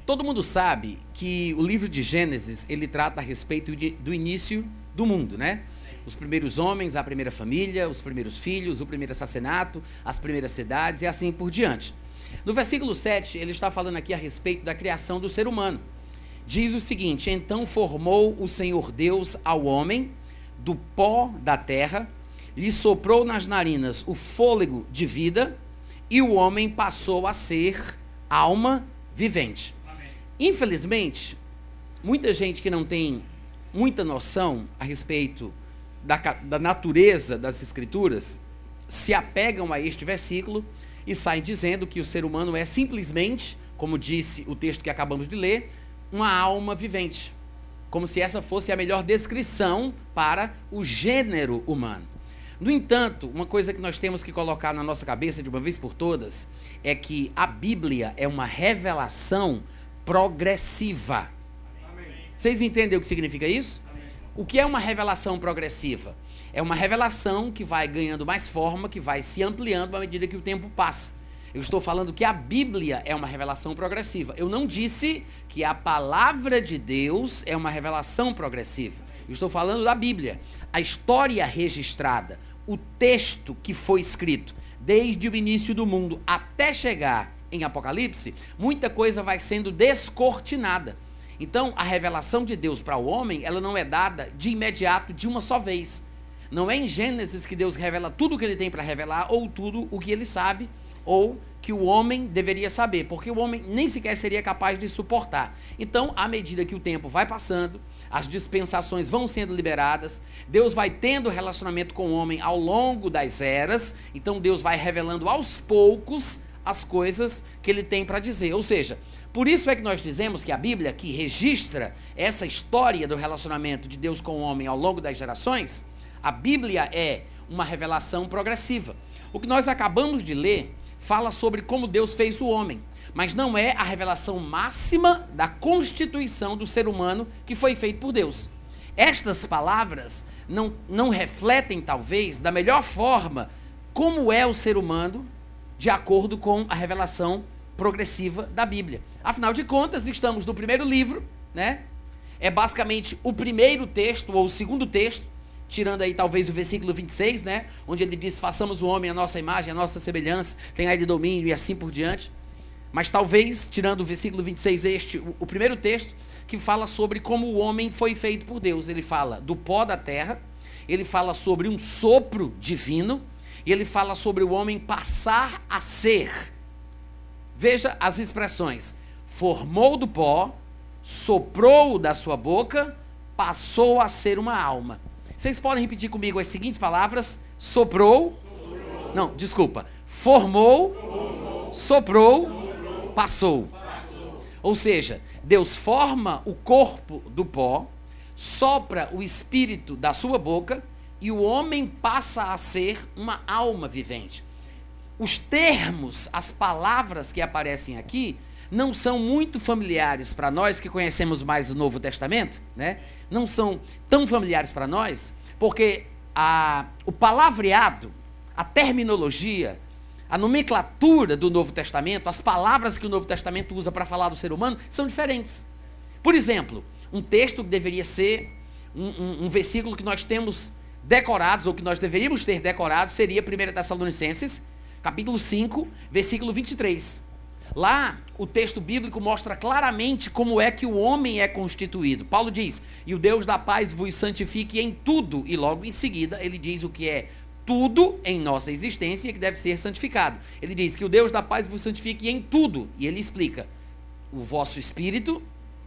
Todo mundo sabe que o livro de Gênesis, ele trata a respeito do início do mundo, né? Os primeiros homens, a primeira família, os primeiros filhos, o primeiro assassinato, as primeiras cidades e assim por diante. No versículo 7, ele está falando aqui a respeito da criação do ser humano. Diz o seguinte: então formou o Senhor Deus ao homem do pó da terra, lhe soprou nas narinas o fôlego de vida, e o homem passou a ser alma vivente. Amém. Infelizmente, muita gente que não tem muita noção a respeito da natureza das Escrituras se apegam a este versículo e saem dizendo que o ser humano é simplesmente, como disse o texto que acabamos de ler, uma alma vivente, como se essa fosse a melhor descrição para o gênero humano. No entanto, uma coisa que nós temos que colocar na nossa cabeça de uma vez por todas é que a Bíblia é uma revelação progressiva. Amém. Vocês entendem o que significa isso? Amém. O que é uma revelação progressiva? É uma revelação que vai ganhando mais forma, que vai se ampliando à medida que o tempo passa. Eu estou falando que a Bíblia é uma revelação progressiva. Eu não disse que a palavra de Deus é uma revelação progressiva. Eu estou falando da Bíblia. A história registrada, o texto que foi escrito desde o início do mundo até chegar em Apocalipse, muita coisa vai sendo descortinada. Então, a revelação de Deus para o homem, ela não é dada de imediato, de uma só vez. Não é em Gênesis que Deus revela tudo o que ele tem para revelar, ou tudo o que ele sabe, ou que o homem deveria saber, porque o homem nem sequer seria capaz de suportar. Então, à medida que o tempo vai passando, as dispensações vão sendo liberadas, Deus vai tendo relacionamento com o homem ao longo das eras, então Deus vai revelando aos poucos as coisas que ele tem para dizer. Ou seja, por isso é que nós dizemos que a Bíblia, que registra essa história do relacionamento de Deus com o homem ao longo das gerações, a Bíblia é uma revelação progressiva. O que nós acabamos de ler fala sobre como Deus fez o homem, mas não é a revelação máxima da constituição do ser humano que foi feito por Deus. Estas palavras não refletem, talvez, da melhor forma como é o ser humano de acordo com a revelação progressiva da Bíblia. Afinal de contas, estamos no primeiro livro, né? É basicamente o primeiro texto ou o segundo texto, tirando aí talvez o versículo 26, né? Onde ele diz: façamos o homem a nossa imagem, a nossa semelhança, tenha ele domínio e assim por diante. Mas talvez, tirando o versículo 26, o primeiro texto, que fala sobre como o homem foi feito por Deus. Ele fala do pó da terra, ele fala sobre um sopro divino, e ele fala sobre o homem passar a ser. Veja as expressões: formou do pó, soprou da sua boca, passou a ser uma alma. Vocês podem repetir comigo as seguintes palavras: soprou, não, desculpa, formou, soprou, passou. Ou seja, Deus forma o corpo do pó, sopra o espírito da sua boca e o homem passa a ser uma alma vivente. Os termos, as palavras que aparecem aqui não são muito familiares para nós que conhecemos mais o Novo Testamento, né? Não são tão familiares para nós, porque o palavreado, a terminologia, a nomenclatura do Novo Testamento, as palavras que o Novo Testamento usa para falar do ser humano são diferentes. Por exemplo, um texto que deveria ser um versículo que nós temos decorados, ou que nós deveríamos ter decorado, seria 1 Tessalonicenses, capítulo 5, versículo 23. Lá, o texto bíblico mostra claramente como é que o homem é constituído. Paulo diz: e o Deus da paz vos santifique em tudo. E logo em seguida, ele diz o que é tudo em nossa existência que deve ser santificado. Ele diz que o Deus da paz vos santifique em tudo. E ele explica: o vosso espírito,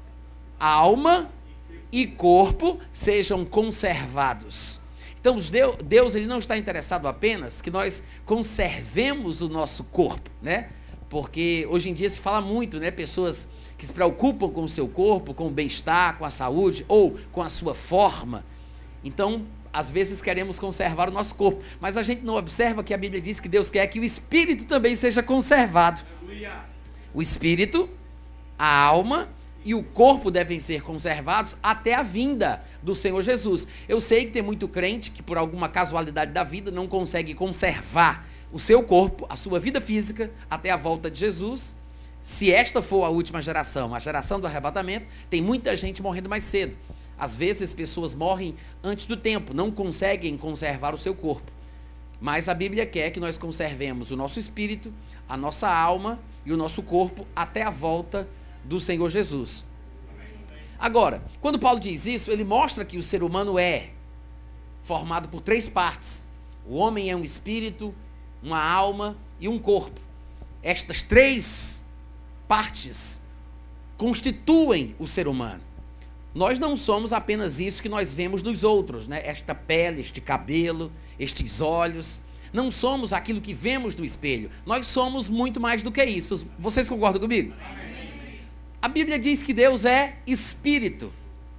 alma e corpo sejam conservados. Então, Deus ele não está interessado apenas que nós conservemos o nosso corpo, né? Porque hoje em dia se fala muito, né? Pessoas que se preocupam com o seu corpo, com o bem-estar, com a saúde ou com a sua forma. Então, às vezes queremos conservar o nosso corpo, mas a gente não observa que a Bíblia diz que Deus quer que o espírito também seja conservado. O espírito, a alma e o corpo devem ser conservados até a vinda do Senhor Jesus. Eu sei que tem muito crente que por alguma casualidade da vida não consegue conservar o seu corpo, a sua vida física, até a volta de Jesus. Se esta for a última geração, a geração do arrebatamento, tem muita gente morrendo mais cedo. Às vezes pessoas morrem antes do tempo, não conseguem conservar o seu corpo. Mas a Bíblia quer que nós conservemos o nosso espírito, a nossa alma e o nosso corpo até a volta do Senhor Jesus. Agora, quando Paulo diz isso, ele mostra que o ser humano é formado por 3 partes. O homem é um espírito, uma alma e um corpo. Estas 3 partes constituem o ser humano. Nós não somos apenas isso que nós vemos nos outros, né? Esta pele, este cabelo, estes olhos. Não somos aquilo que vemos no espelho. Nós somos muito mais do que isso. Vocês concordam comigo? A Bíblia diz que Deus é espírito.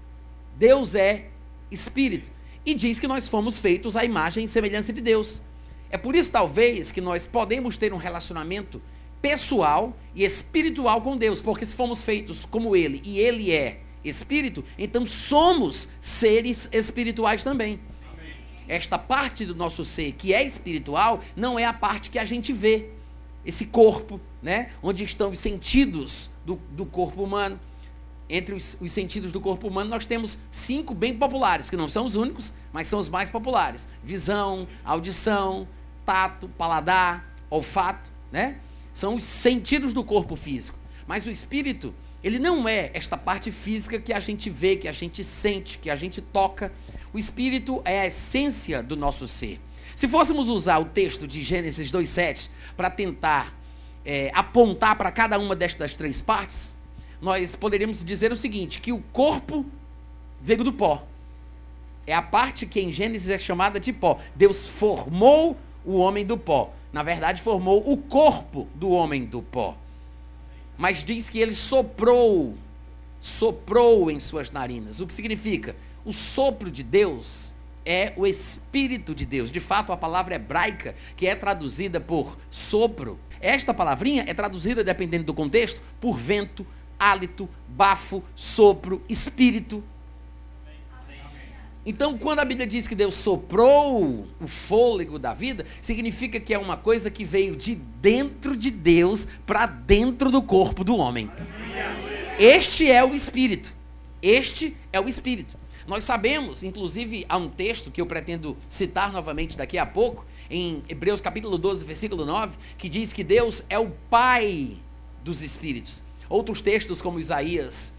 Deus é espírito. E diz que nós fomos feitos à imagem e semelhança de Deus. É por isso, talvez, que nós podemos ter um relacionamento pessoal e espiritual com Deus, porque se fomos feitos como Ele e Ele é espírito, então somos seres espirituais também. Amém. Esta parte do nosso ser que é espiritual não é a parte que a gente vê, esse corpo, né? Onde estão os sentidos do corpo humano. Entre os sentidos do corpo humano nós temos 5 bem populares, que não são os únicos, mas são os mais populares: visão, audição, tato, paladar, olfato, né? São os sentidos do corpo físico. Mas o espírito, ele não é esta parte física que a gente vê, que a gente sente, que a gente toca. O espírito é a essência do nosso ser. Se fôssemos usar o texto de Gênesis 2:7 para tentar apontar para cada uma destas 3 partes, nós poderíamos dizer o seguinte, que o corpo veio do pó. É a parte que em Gênesis é chamada de pó. Deus formou o homem do pó. Na verdade, formou o corpo do homem do pó. Mas diz que ele soprou em suas narinas. O que significa? O sopro de Deus é o Espírito de Deus. De fato, a palavra hebraica, que é traduzida por sopro, esta palavrinha é traduzida, dependendo do contexto, por vento, hálito, bafo, sopro, espírito. Então, quando a Bíblia diz que Deus soprou o fôlego da vida, significa que é uma coisa que veio de dentro de Deus para dentro do corpo do homem. Este é o Espírito. Este é o Espírito. Nós sabemos, inclusive, há um texto que eu pretendo citar novamente daqui a pouco, em Hebreus capítulo 12, versículo 9, que diz que Deus é o Pai dos Espíritos. Outros textos, como Isaías,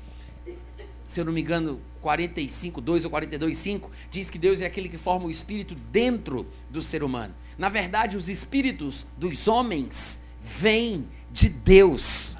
se eu não me engano, 45:2 ou 42:5, diz que Deus é aquele que forma o espírito dentro do ser humano. Na verdade, os espíritos dos homens vêm de Deus.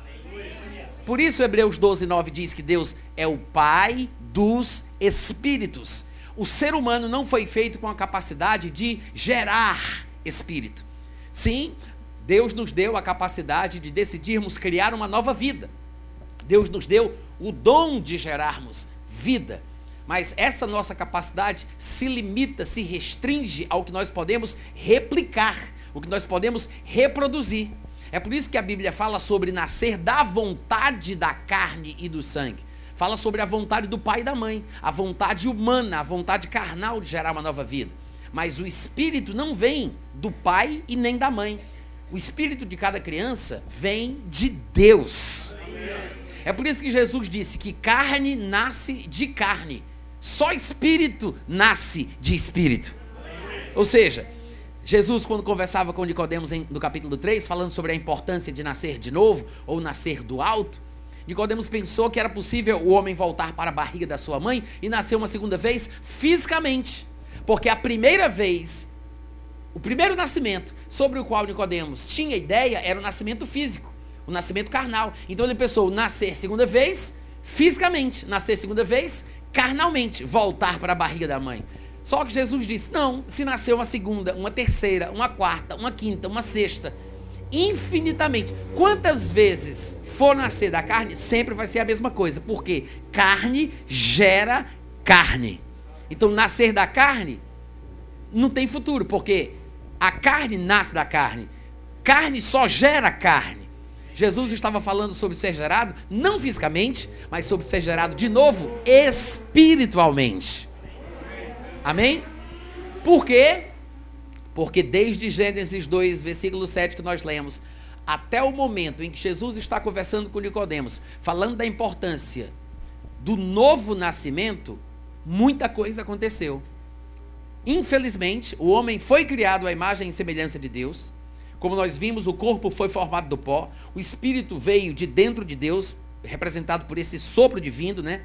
Por isso, Hebreus 12:9 diz que Deus é o Pai dos espíritos. O ser humano não foi feito com a capacidade de gerar espírito. Sim, Deus nos deu a capacidade de decidirmos criar uma nova vida. Deus nos deu o dom de gerarmos vida, mas essa nossa capacidade se limita, se restringe ao que nós podemos replicar, o que nós podemos reproduzir. É por isso que a Bíblia fala sobre nascer da vontade da carne e do sangue. Fala sobre a vontade do pai e da mãe, a vontade humana, a vontade carnal de gerar uma nova vida. Mas o espírito não vem do pai e nem da mãe. O espírito de cada criança vem de Deus. É por isso que Jesus disse que carne nasce de carne, só espírito nasce de espírito. Ou seja, Jesus, quando conversava com Nicodemos no capítulo 3, falando sobre a importância de nascer de novo, ou nascer do alto, Nicodemos pensou que era possível o homem voltar para a barriga da sua mãe e nascer uma segunda vez fisicamente, porque a primeira vez, o primeiro nascimento sobre o qual Nicodemos tinha ideia era o nascimento físico, o nascimento carnal. Então ele pensou nascer segunda vez fisicamente, nascer segunda vez carnalmente, voltar para a barriga da mãe. Só que Jesus disse, não, se nascer uma segunda, uma terceira, uma quarta, uma quinta, uma sexta, infinitamente, quantas vezes for nascer da carne, sempre vai ser a mesma coisa, porque carne gera carne. Então nascer da carne não tem futuro, porque a carne nasce da carne, carne só gera carne. Jesus estava falando sobre ser gerado, não fisicamente, mas sobre ser gerado de novo, espiritualmente. Amém? Por quê? Porque desde Gênesis 2, versículo 7 que nós lemos, até o momento em que Jesus está conversando com Nicodemos, falando da importância do novo nascimento, muita coisa aconteceu. Infelizmente, o homem foi criado à imagem e semelhança de Deus. Como nós vimos, o corpo foi formado do pó, o espírito veio de dentro de Deus, representado por esse sopro divino, né?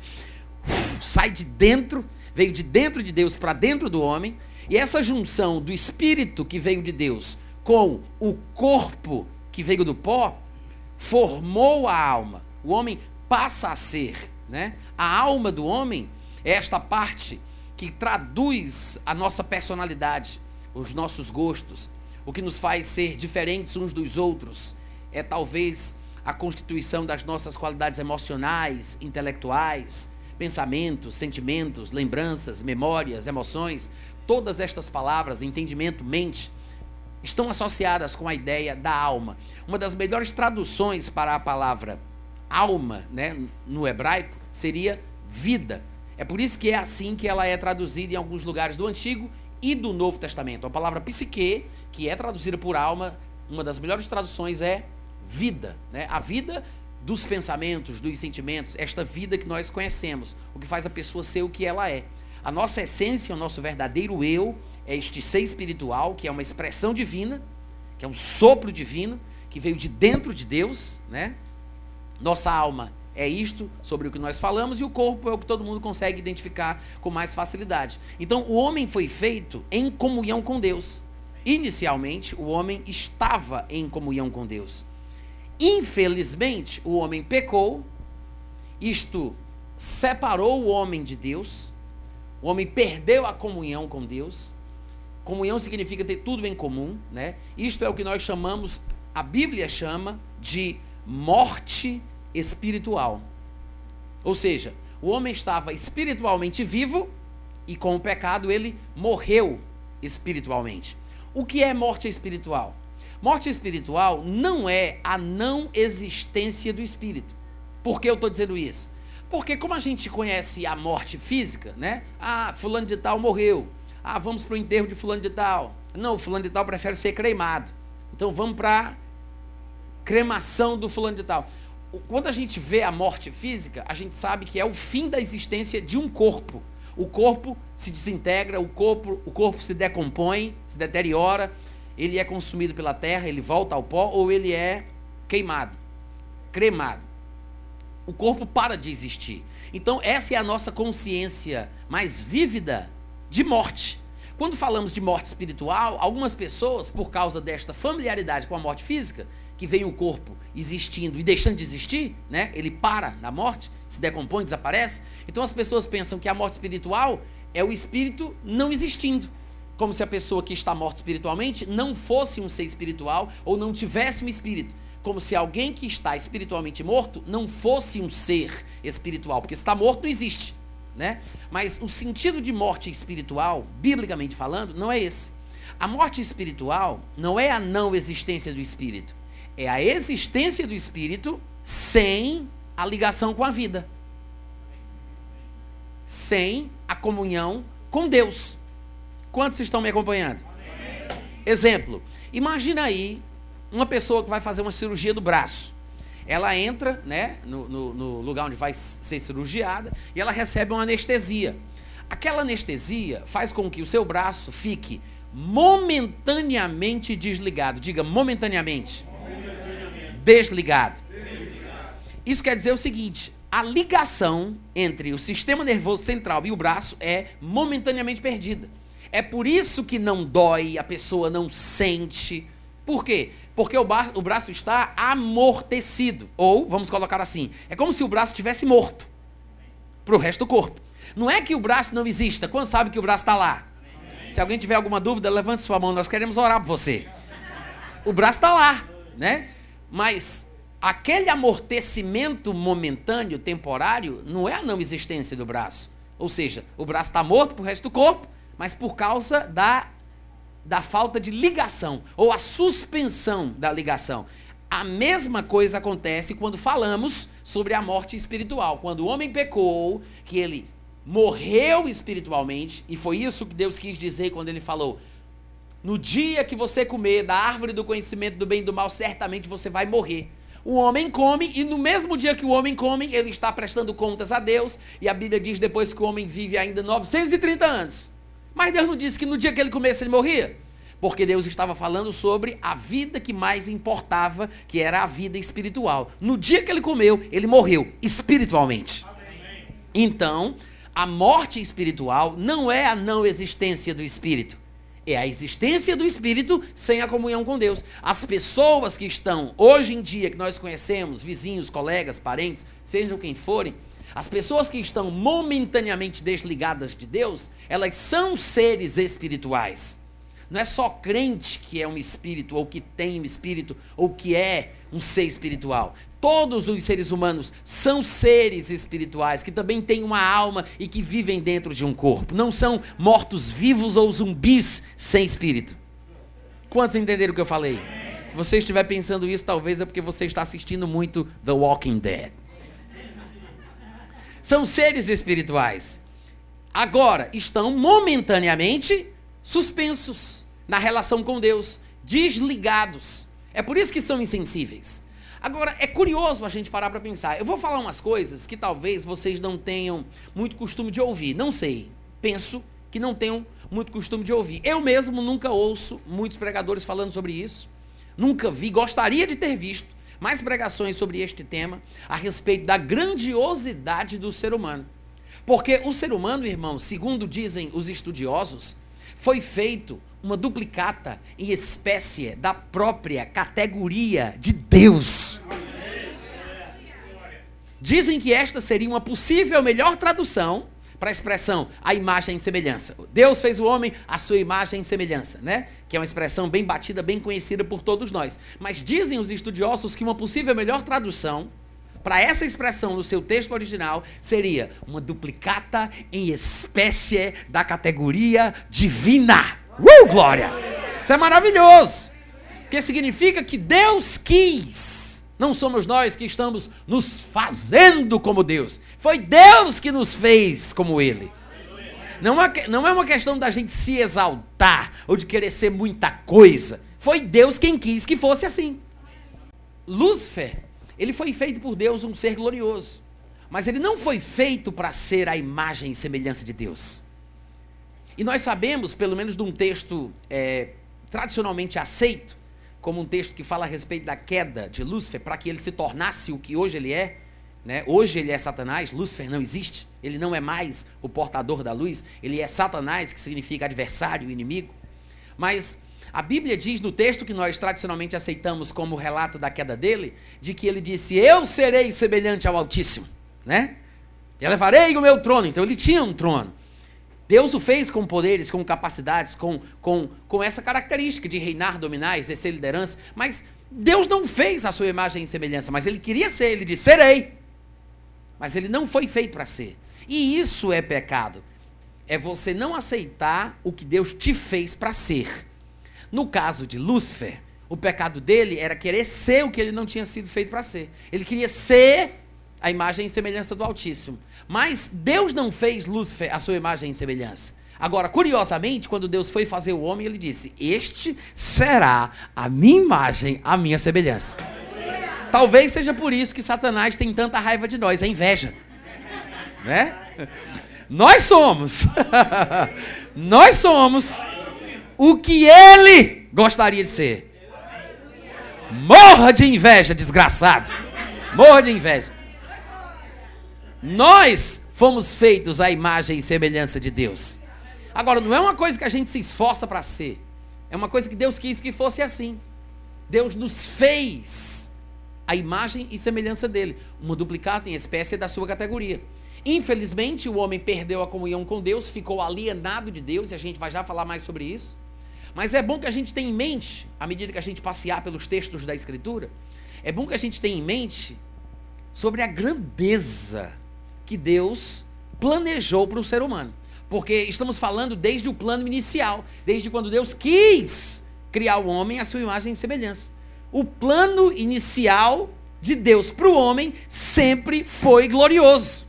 Sai de dentro, veio de dentro de Deus para dentro do homem, e essa junção do espírito que veio de Deus com o corpo que veio do pó, formou a alma. O homem passa a ser, né? A alma do homem é esta parte que traduz a nossa personalidade, os nossos gostos, o que nos faz ser diferentes uns dos outros. É talvez a constituição das nossas qualidades emocionais, intelectuais, pensamentos, sentimentos, lembranças, memórias, emoções. Todas estas palavras, entendimento, mente, estão associadas com a ideia da alma. Uma das melhores traduções para a palavra alma, né, no hebraico, seria vida. É por isso que é assim que ela é traduzida em alguns lugares do Antigo e do Novo Testamento. A palavra psique, que é traduzida por alma, uma das melhores traduções é vida, né? A vida dos pensamentos, dos sentimentos, esta vida que nós conhecemos, o que faz a pessoa ser o que ela é. A nossa essência, o nosso verdadeiro eu, é este ser espiritual, que é uma expressão divina, que é um sopro divino, que veio de dentro de Deus, né? Nossa alma é isto sobre o que nós falamos, e o corpo é o que todo mundo consegue identificar com mais facilidade. Então, o homem foi feito em comunhão com Deus. Inicialmente, o homem estava em comunhão com Deus. Infelizmente, o homem pecou, isto separou o homem de Deus, o homem perdeu a comunhão com Deus. Comunhão significa ter tudo em comum, né? Isto é o que nós chamamos, a Bíblia chama de morte espiritual. Ou seja, o homem estava espiritualmente vivo e com o pecado ele morreu espiritualmente. O que é morte espiritual? Morte espiritual não é a não existência do espírito. Por que eu estou dizendo isso? Porque como a gente conhece a morte física, né? Ah, fulano de tal morreu. Ah, vamos para o enterro de fulano de tal. Não, fulano de tal prefere ser cremado. Então vamos para a cremação do fulano de tal. Quando a gente vê a morte física, a gente sabe que é o fim da existência de um corpo. O corpo se desintegra, o corpo se decompõe, se deteriora, ele é consumido pela terra, ele volta ao pó, ou ele é queimado, cremado. O corpo para de existir. Então essa é a nossa consciência mais vívida de morte. Quando falamos de morte espiritual, algumas pessoas, por causa desta familiaridade com a morte física, que vem o corpo existindo e deixando de existir, né? Ele para na morte, se decompõe, desaparece. Então as pessoas pensam que a morte espiritual é o espírito não existindo, como se a pessoa que está morta espiritualmente não fosse um ser espiritual ou não tivesse um espírito, como se alguém que está espiritualmente morto não fosse um ser espiritual, porque se está morto não existe, né? Mas o sentido de morte espiritual, biblicamente falando, não é esse. A morte espiritual não é a não existência do espírito, é a existência do espírito sem a ligação com a vida, sem a comunhão com Deus. Quantos estão me acompanhando? Amém. Exemplo, imagina aí uma pessoa que vai fazer uma cirurgia do braço. Ela entra, né, no lugar onde vai ser cirurgiada e ela recebe uma anestesia. Aquela anestesia faz com que o seu braço fique momentaneamente desligado. Diga momentaneamente. Desligado. Isso quer dizer o seguinte: a ligação entre o sistema nervoso central e o braço é momentaneamente perdida. É por isso que não dói, a pessoa não sente. Por quê? Porque o braço está amortecido. Ou, vamos colocar assim, é como se o braço estivesse morto para o resto do corpo. Não é que o braço não exista. Quando sabe que o braço está lá? Se alguém tiver alguma dúvida, levante sua mão, nós queremos orar por você. O braço está lá, né? Mas aquele amortecimento momentâneo, temporário, não é a não existência do braço. Ou seja, o braço está morto para o resto do corpo, mas por causa da falta de ligação, ou a suspensão da ligação. A mesma coisa acontece quando falamos sobre a morte espiritual. Quando o homem pecou, que ele morreu espiritualmente, e foi isso que Deus quis dizer quando ele falou: no dia que você comer da árvore do conhecimento do bem e do mal, certamente você vai morrer. O homem come, e no mesmo dia que o homem come, ele está prestando contas a Deus, e a Bíblia diz depois que o homem vive ainda 930 anos. Mas Deus não disse que no dia que ele comesse ele morria, porque Deus estava falando sobre a vida que mais importava, que era a vida espiritual. No dia que ele comeu, ele morreu espiritualmente. Então, a morte espiritual não é a não existência do espírito. É a existência do espírito sem a comunhão com Deus. As pessoas que estão hoje em dia, que nós conhecemos, vizinhos, colegas, parentes, sejam quem forem, as pessoas que estão momentaneamente desligadas de Deus, elas são seres espirituais. Não é só crente que é um espírito, ou que tem um espírito, ou que é um ser espiritual. Todos os seres humanos são seres espirituais, que também têm uma alma e que vivem dentro de um corpo. Não são mortos-vivos ou zumbis sem espírito. Quantos entenderam o que eu falei? Se você estiver pensando isso, talvez é porque você está assistindo muito The Walking Dead. São seres espirituais. Agora, estão momentaneamente suspensos na relação com Deus, desligados. É por isso que são insensíveis. Agora, é curioso a gente parar para pensar. Eu vou falar umas coisas que talvez vocês não tenham muito costume de ouvir. Não sei. Penso que não tenham muito costume de ouvir. Eu mesmo nunca ouço muitos pregadores falando sobre isso. Nunca vi, gostaria de ter visto mais pregações sobre este tema a respeito da grandiosidade do ser humano. Porque o ser humano, irmão, segundo dizem os estudiosos, foi feito uma duplicata em espécie da própria categoria de Deus. Dizem que esta seria uma possível melhor tradução para a expressão a imagem e semelhança. Deus fez o homem à sua imagem e semelhança, né? Que é uma expressão bem batida, bem conhecida por todos nós. Mas dizem os estudiosos que uma possível melhor tradução para essa expressão no seu texto original seria uma duplicata em espécie da categoria divina. Glória! Isso é maravilhoso! Porque significa que Deus quis. Não somos nós que estamos nos fazendo como Deus. Foi Deus que nos fez como Ele. Não é uma questão da gente se exaltar ou de querer ser muita coisa. Foi Deus quem quis que fosse assim. Lúcifer, ele foi feito por Deus um ser glorioso. Mas ele não foi feito para ser a imagem e semelhança de Deus. E nós sabemos, pelo menos de um texto tradicionalmente aceito, como um texto que fala a respeito da queda de Lúcifer, para que ele se tornasse o que hoje ele é, né? Hoje ele é Satanás, Lúcifer não existe, ele não é mais o portador da luz, ele é Satanás, que significa adversário, inimigo. Mas a Bíblia diz no texto que nós tradicionalmente aceitamos como relato da queda dele, de que ele disse, eu serei semelhante ao Altíssimo, né? Eu levarei o meu trono. Então ele tinha um trono. Deus o fez com poderes, com capacidades, com essa característica de reinar, dominar, exercer liderança. Mas Deus não fez a sua imagem e semelhança, mas ele queria ser, ele disse, serei. Mas ele não foi feito para ser. E isso é pecado. É você não aceitar o que Deus te fez para ser. No caso de Lúcifer, o pecado dele era querer ser o que ele não tinha sido feito para ser. Ele queria ser a imagem e semelhança do Altíssimo. Mas Deus não fez Lúcifer a sua imagem e semelhança. Agora, curiosamente, quando Deus foi fazer o homem, ele disse, este será a minha imagem, a minha semelhança. Talvez seja por isso que Satanás tem tanta raiva de nós, a inveja. Né? Nós somos o que ele gostaria de ser. Morra de inveja, desgraçado. Morra de inveja. Nós fomos feitos à imagem e semelhança de Deus. Agora, não é uma coisa que a gente se esforça para ser. É uma coisa que Deus quis que fosse assim. Deus nos fez a imagem e semelhança dele. Uma duplicata em espécie da sua categoria. Infelizmente, o homem perdeu a comunhão com Deus, ficou alienado de Deus, e a gente vai já falar mais sobre isso. Mas é bom que a gente tenha em mente, à medida que a gente passear pelos textos da Escritura, é bom que a gente tenha em mente sobre a grandeza que Deus planejou para o ser humano. Porque estamos falando desde o plano inicial, desde quando Deus quis criar o homem à sua imagem e semelhança. O plano inicial de Deus para o homem sempre foi glorioso,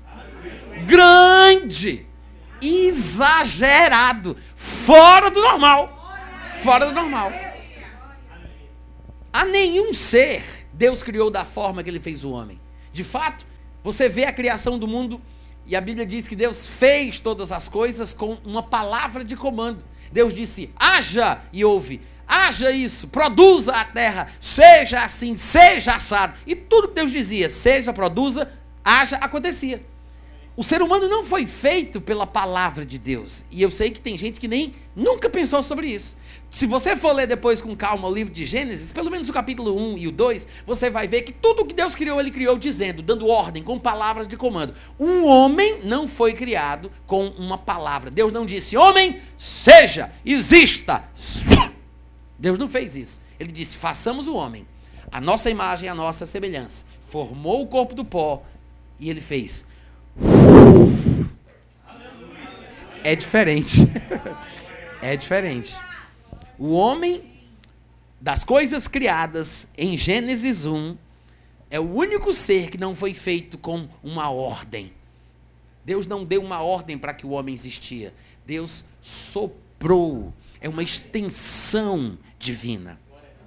grande, exagerado, fora do normal. Fora do normal. A nenhum ser Deus criou da forma que ele fez o homem. De fato, você vê a criação do mundo e a Bíblia diz que Deus fez todas as coisas com uma palavra de comando. Deus disse, haja, e houve. Haja isso, produza a terra, seja assim, seja assado. E tudo que Deus dizia, seja, produza, haja, acontecia. O ser humano não foi feito pela palavra de Deus. E eu sei que tem gente que nunca pensou sobre isso. Se você for ler depois com calma o livro de Gênesis, pelo menos o capítulo 1 e o 2, você vai ver que tudo o que Deus criou, ele criou dizendo, dando ordem, com palavras de comando. O homem não foi criado com uma palavra. Deus não disse, homem, seja, exista. Deus não fez isso. Ele disse, façamos o homem, a nossa imagem, a nossa semelhança. Formou o corpo do pó e ele fez. É diferente. É diferente. O homem, das coisas criadas em Gênesis 1, é o único ser que não foi feito com uma ordem. Deus não deu uma ordem para que o homem existia. Deus soprou. É uma extensão divina.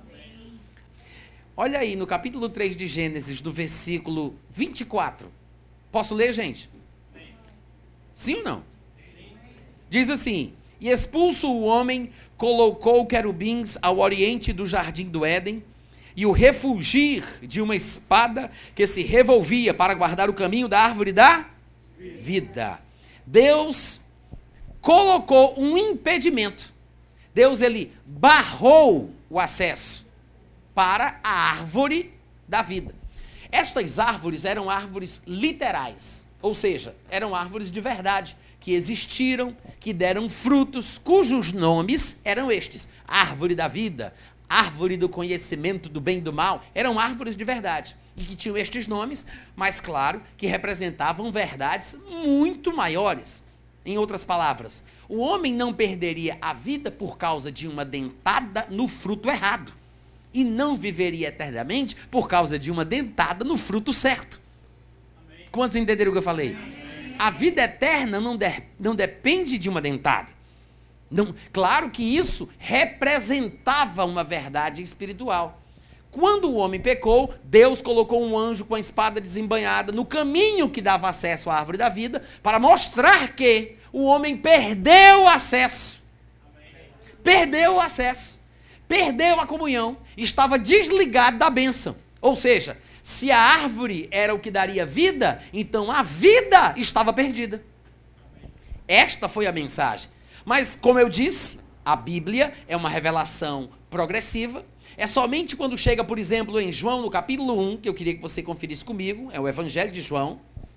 Olha aí no capítulo 3 de Gênesis, do versículo 24. Posso ler, gente? Sim ou não? Diz assim, e expulso o homem, colocou querubins ao oriente do jardim do Éden, e o refulgir de uma espada que se revolvia para guardar o caminho da árvore da vida. Deus colocou um impedimento. Deus, ele barrou o acesso para a árvore da vida. Estas árvores eram árvores literais, ou seja, eram árvores de verdade, que existiram, que deram frutos, cujos nomes eram estes: árvore da vida, árvore do conhecimento do bem e do mal. Eram árvores de verdade, e que tinham estes nomes, mas claro, que representavam verdades muito maiores. Em outras palavras, o homem não perderia a vida por causa de uma dentada no fruto errado, e não viveria eternamente por causa de uma dentada no fruto certo. Amém. Quantos entenderam o que eu falei? Amém. A vida eterna não depende de uma dentada. Não, claro que isso representava uma verdade espiritual. Quando o homem pecou, Deus colocou um anjo com a espada desembainhada no caminho que dava acesso à árvore da vida, para mostrar que o homem perdeu o acesso. Perdeu o acesso. Perdeu a comunhão. Estava desligado da bênção. Ou seja, se a árvore era o que daria vida, então a vida estava perdida. Esta foi a mensagem. Mas, como eu disse, a Bíblia é uma revelação progressiva. É somente quando chega, por exemplo, em João, no capítulo 1, que eu queria que você conferisse comigo, é o Evangelho de João.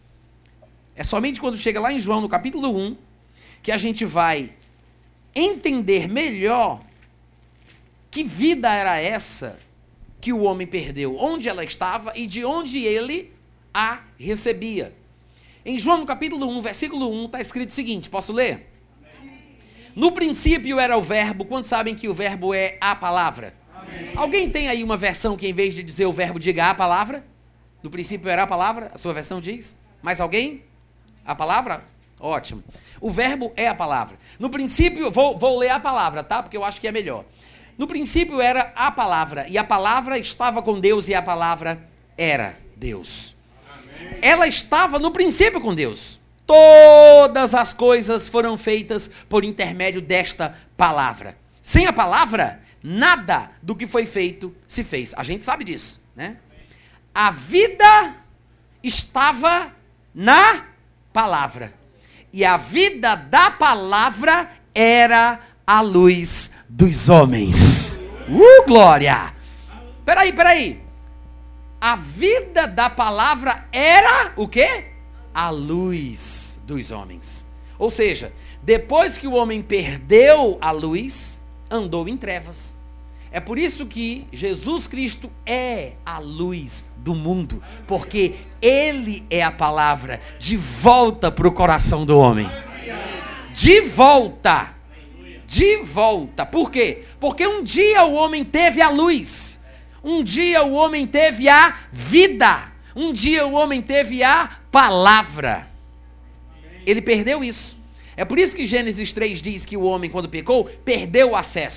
É somente quando chega lá em João, no capítulo 1, que a gente vai entender melhor que vida era essa que o homem perdeu, onde ela estava e de onde ele a recebia. Em João, no capítulo 1, versículo 1, está escrito o seguinte, posso ler? Amém. No princípio era o verbo. Quantos sabem que o verbo é a palavra? Amém. Alguém tem aí uma versão que, em vez de dizer o verbo, diga a palavra? No princípio era a palavra, a sua versão diz? Mais alguém? A palavra? Ótimo. O verbo é a palavra. No princípio, vou ler a palavra, tá? Porque eu acho que é melhor. No princípio era a palavra, e a palavra estava com Deus, e a palavra era Deus. Amém. Ela estava no princípio com Deus. Todas as coisas foram feitas por intermédio desta palavra. Sem a palavra, nada do que foi feito se fez. A gente sabe disso, né? A vida estava na palavra. E a vida da palavra era a luz dos homens. Glória! Peraí. A vida da palavra era o quê? A luz dos homens. Ou seja, depois que o homem perdeu a luz, andou em trevas. É por isso que Jesus Cristo é a luz do mundo, porque Ele é a palavra de volta para o coração do homem. De volta. De volta. Por quê? Porque um dia o homem teve a luz. Um dia o homem teve a vida. Um dia o homem teve a palavra. Ele perdeu isso. É por isso que Gênesis 3 diz que o homem, quando pecou, perdeu o acesso.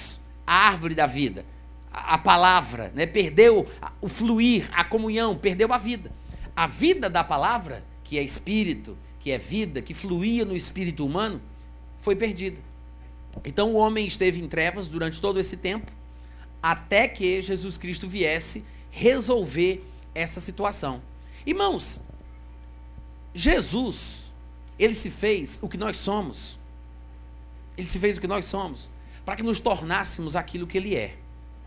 a árvore da vida, a palavra, né? Perdeu o fluir, a comunhão, perdeu a vida. A vida da palavra, que é espírito, que é vida, que fluía no espírito humano, foi perdida. Então o homem esteve em trevas durante todo esse tempo, até que Jesus Cristo viesse resolver essa situação. Irmãos, Jesus, ele se fez o que nós somos. Ele se fez o que nós somos, para que nos tornássemos aquilo que ele é.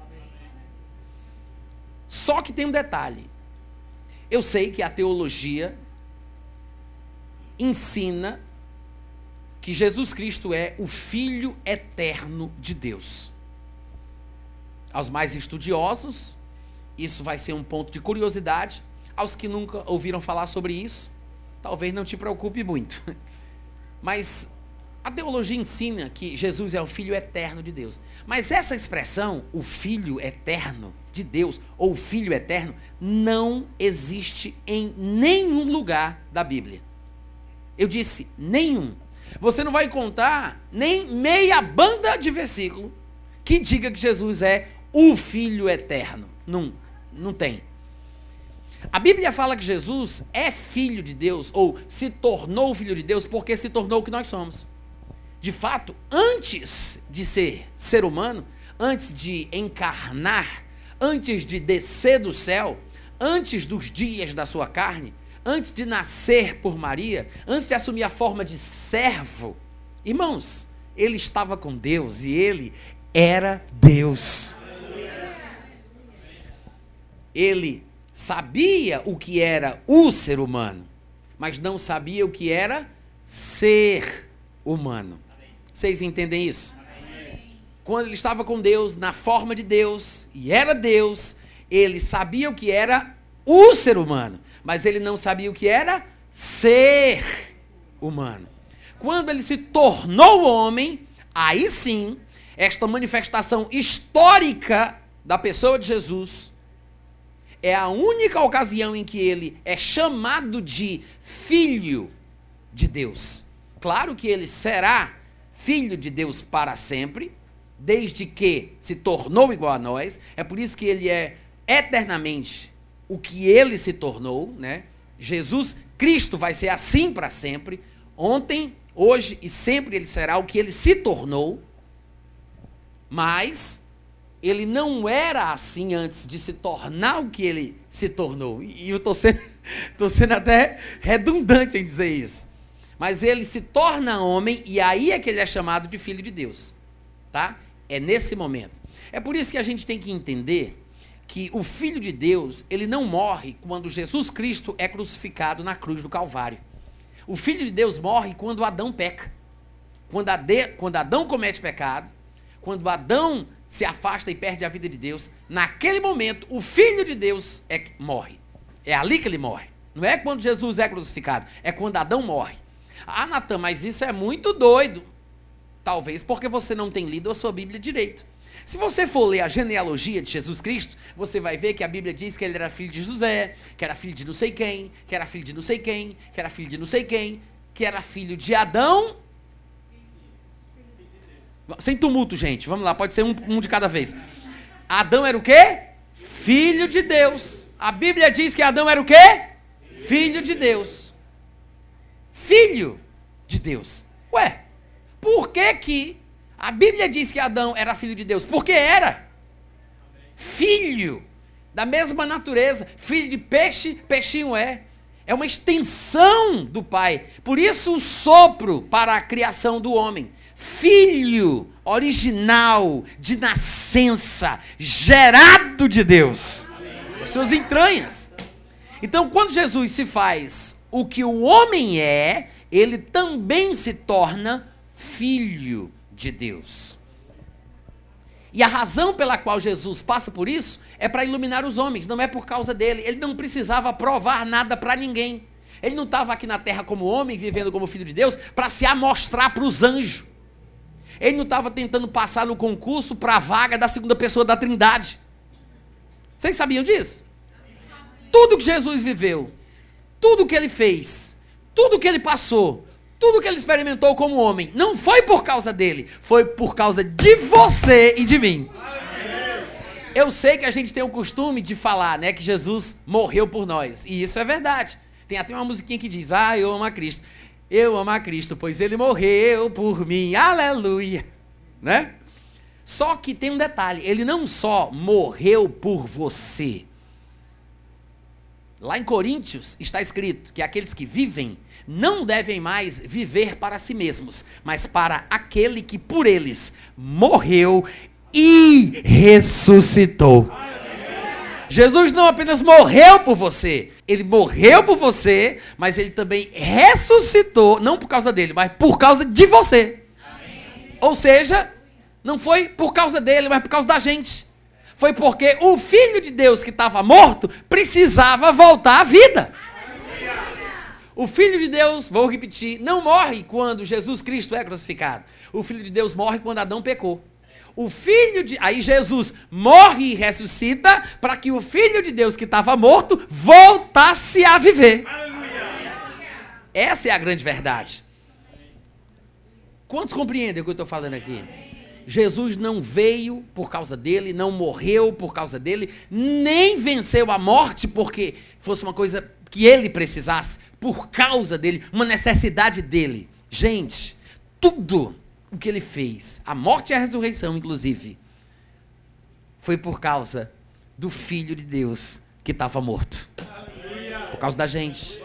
Só que tem um detalhe. Eu sei que a teologia ensina que Jesus Cristo é o Filho eterno de Deus. Aos mais estudiosos, isso vai ser um ponto de curiosidade. Aos que nunca ouviram falar sobre isso, talvez não te preocupe muito. Mas a teologia ensina que Jesus é o Filho eterno de Deus. Mas essa expressão, o Filho eterno de Deus, ou Filho eterno, não existe em nenhum lugar da Bíblia. Eu disse, nenhum. Você não vai encontrar nem meia banda de versículo que diga que Jesus é o Filho eterno. Não tem. A Bíblia fala que Jesus é Filho de Deus, ou se tornou Filho de Deus, porque se tornou o que nós somos. De fato, antes de ser humano, antes de encarnar, antes de descer do céu, antes dos dias da sua carne, antes de nascer por Maria, antes de assumir a forma de servo, irmãos, ele estava com Deus e ele era Deus. Ele sabia o que era o ser humano, mas não sabia o que era ser humano. Vocês entendem isso? Quando ele estava com Deus, na forma de Deus, e era Deus, ele sabia o que era o ser humano, mas ele não sabia o que era ser humano. Quando ele se tornou homem, aí sim, esta manifestação histórica da pessoa de Jesus é a única ocasião em que ele é chamado de Filho de Deus. Claro que ele será Filho de Deus para sempre, desde que se tornou igual a nós. É por isso que ele é eternamente o que ele se tornou, né? Jesus Cristo vai ser assim para sempre. Ontem, hoje e sempre ele será o que ele se tornou. Mas ele não era assim antes de se tornar o que ele se tornou. E eu estou sendo até redundante em dizer isso. Mas ele se torna homem e aí é que ele é chamado de Filho de Deus. Tá? É nesse momento. É por isso que a gente tem que entender que o Filho de Deus, ele não morre quando Jesus Cristo é crucificado na cruz do Calvário. O Filho de Deus morre quando Adão peca. Quando Adão comete pecado, quando Adão se afasta e perde a vida de Deus, naquele momento o Filho de Deus é que morre. É ali que ele morre. Não é quando Jesus é crucificado, é quando Adão morre. Ah, Natan, mas isso é muito doido. Talvez porque você não tem lido a sua Bíblia direito. Se você for ler a genealogia de Jesus Cristo, você vai ver que a Bíblia diz que ele era filho de José, que era filho de não sei quem, que era filho de não sei quem, que era filho de não sei quem, que era filho de Adão. Sem tumulto, gente. Vamos lá, pode ser um de cada vez. Adão era o quê? Filho de Deus. A Bíblia diz que Adão era o quê? Filho de Deus. Filho de Deus. Ué, por que a Bíblia diz que Adão era filho de Deus? Porque era. Filho da mesma natureza. Filho de peixe, peixinho é. É uma extensão do Pai. Por isso o sopro para a criação do homem. Filho original, de nascença, gerado de Deus. As suas entranhas. Então, quando Jesus se faz o que o homem é, ele também se torna filho de Deus. E a razão pela qual Jesus passa por isso é para iluminar os homens, não é por causa dele. Ele não precisava provar nada para ninguém. Ele não estava aqui na terra como homem, vivendo como filho de Deus, para se amostrar para os anjos. Ele não estava tentando passar no concurso para a vaga da segunda pessoa da Trindade. Vocês sabiam disso? Tudo que Jesus viveu, tudo que ele fez, tudo que ele passou, Tudo que ele experimentou como homem não foi por causa dele, foi por causa de você e de mim. Eu sei que a gente tem o costume de falar, né, que Jesus morreu por nós. E isso é verdade. Tem até uma musiquinha que diz, eu amo a Cristo. Eu amo a Cristo, pois ele morreu por mim. Aleluia. Né? Só que tem um detalhe. Ele não só morreu por você. Lá em Coríntios está escrito que aqueles que vivem não devem mais viver para si mesmos, mas para aquele que por eles morreu e ressuscitou. Jesus não apenas morreu por você, ele morreu por você, mas ele também ressuscitou, não por causa dele, mas por causa de você. Ou seja, não foi por causa dele, mas por causa da gente. Foi porque o Filho de Deus que estava morto precisava voltar à vida. O Filho de Deus, vou repetir, não morre quando Jesus Cristo é crucificado. O Filho de Deus morre quando Adão pecou. Aí Jesus morre e ressuscita para que o Filho de Deus que estava morto voltasse a viver. Essa é a grande verdade. Quantos compreendem o que eu estou falando aqui? Jesus não veio por causa dele, não morreu por causa dele, nem venceu a morte porque fosse uma coisa que ele precisasse, por causa dele, uma necessidade dele. Gente, tudo o que ele fez, a morte e a ressurreição, inclusive, foi por causa do Filho de Deus que estava morto. Por causa da gente.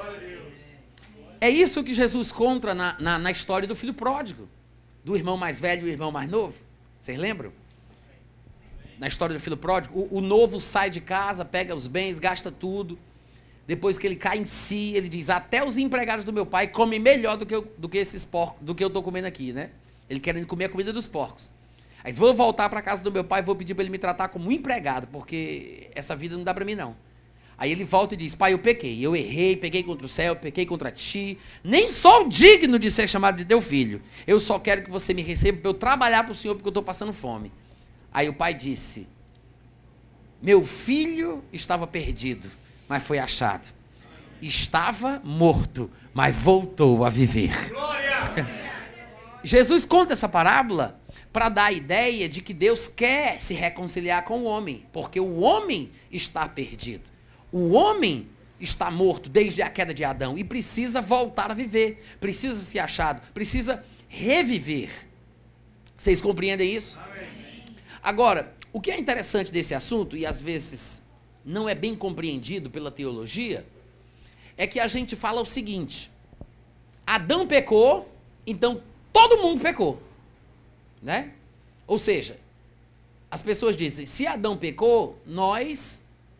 É isso que Jesus conta na história do filho pródigo. Do irmão mais velho e o irmão mais novo. Vocês lembram? Na história do filho pródigo, o novo sai de casa, pega os bens, gasta tudo. Depois que ele cai em si, ele diz, até os empregados do meu pai comem melhor do que esses porcos, do que eu estou comendo aqui, né? Ele querendo comer a comida dos porcos. Aí vou voltar para a casa do meu pai e vou pedir para ele me tratar como um empregado, porque essa vida não dá para mim não. Aí ele volta e diz, pai, eu pequei, eu errei, pequei contra o céu, pequei contra ti, nem sou digno de ser chamado de teu filho. Eu só quero que você me receba para eu trabalhar para o Senhor, porque eu estou passando fome. Aí o pai disse, meu filho estava perdido, mas foi achado. Estava morto, mas voltou a viver. Glória! Jesus conta essa parábola para dar a ideia de que Deus quer se reconciliar com o homem, porque o homem está perdido. O homem está morto desde a queda de Adão e precisa voltar a viver, precisa ser achado, precisa reviver. Vocês compreendem isso? Amém. Agora, o que é interessante desse assunto, e às vezes não é bem compreendido pela teologia, é que a gente fala o seguinte, Adão pecou, então todo mundo pecou, né? Ou seja, as pessoas dizem, se Adão pecou, nós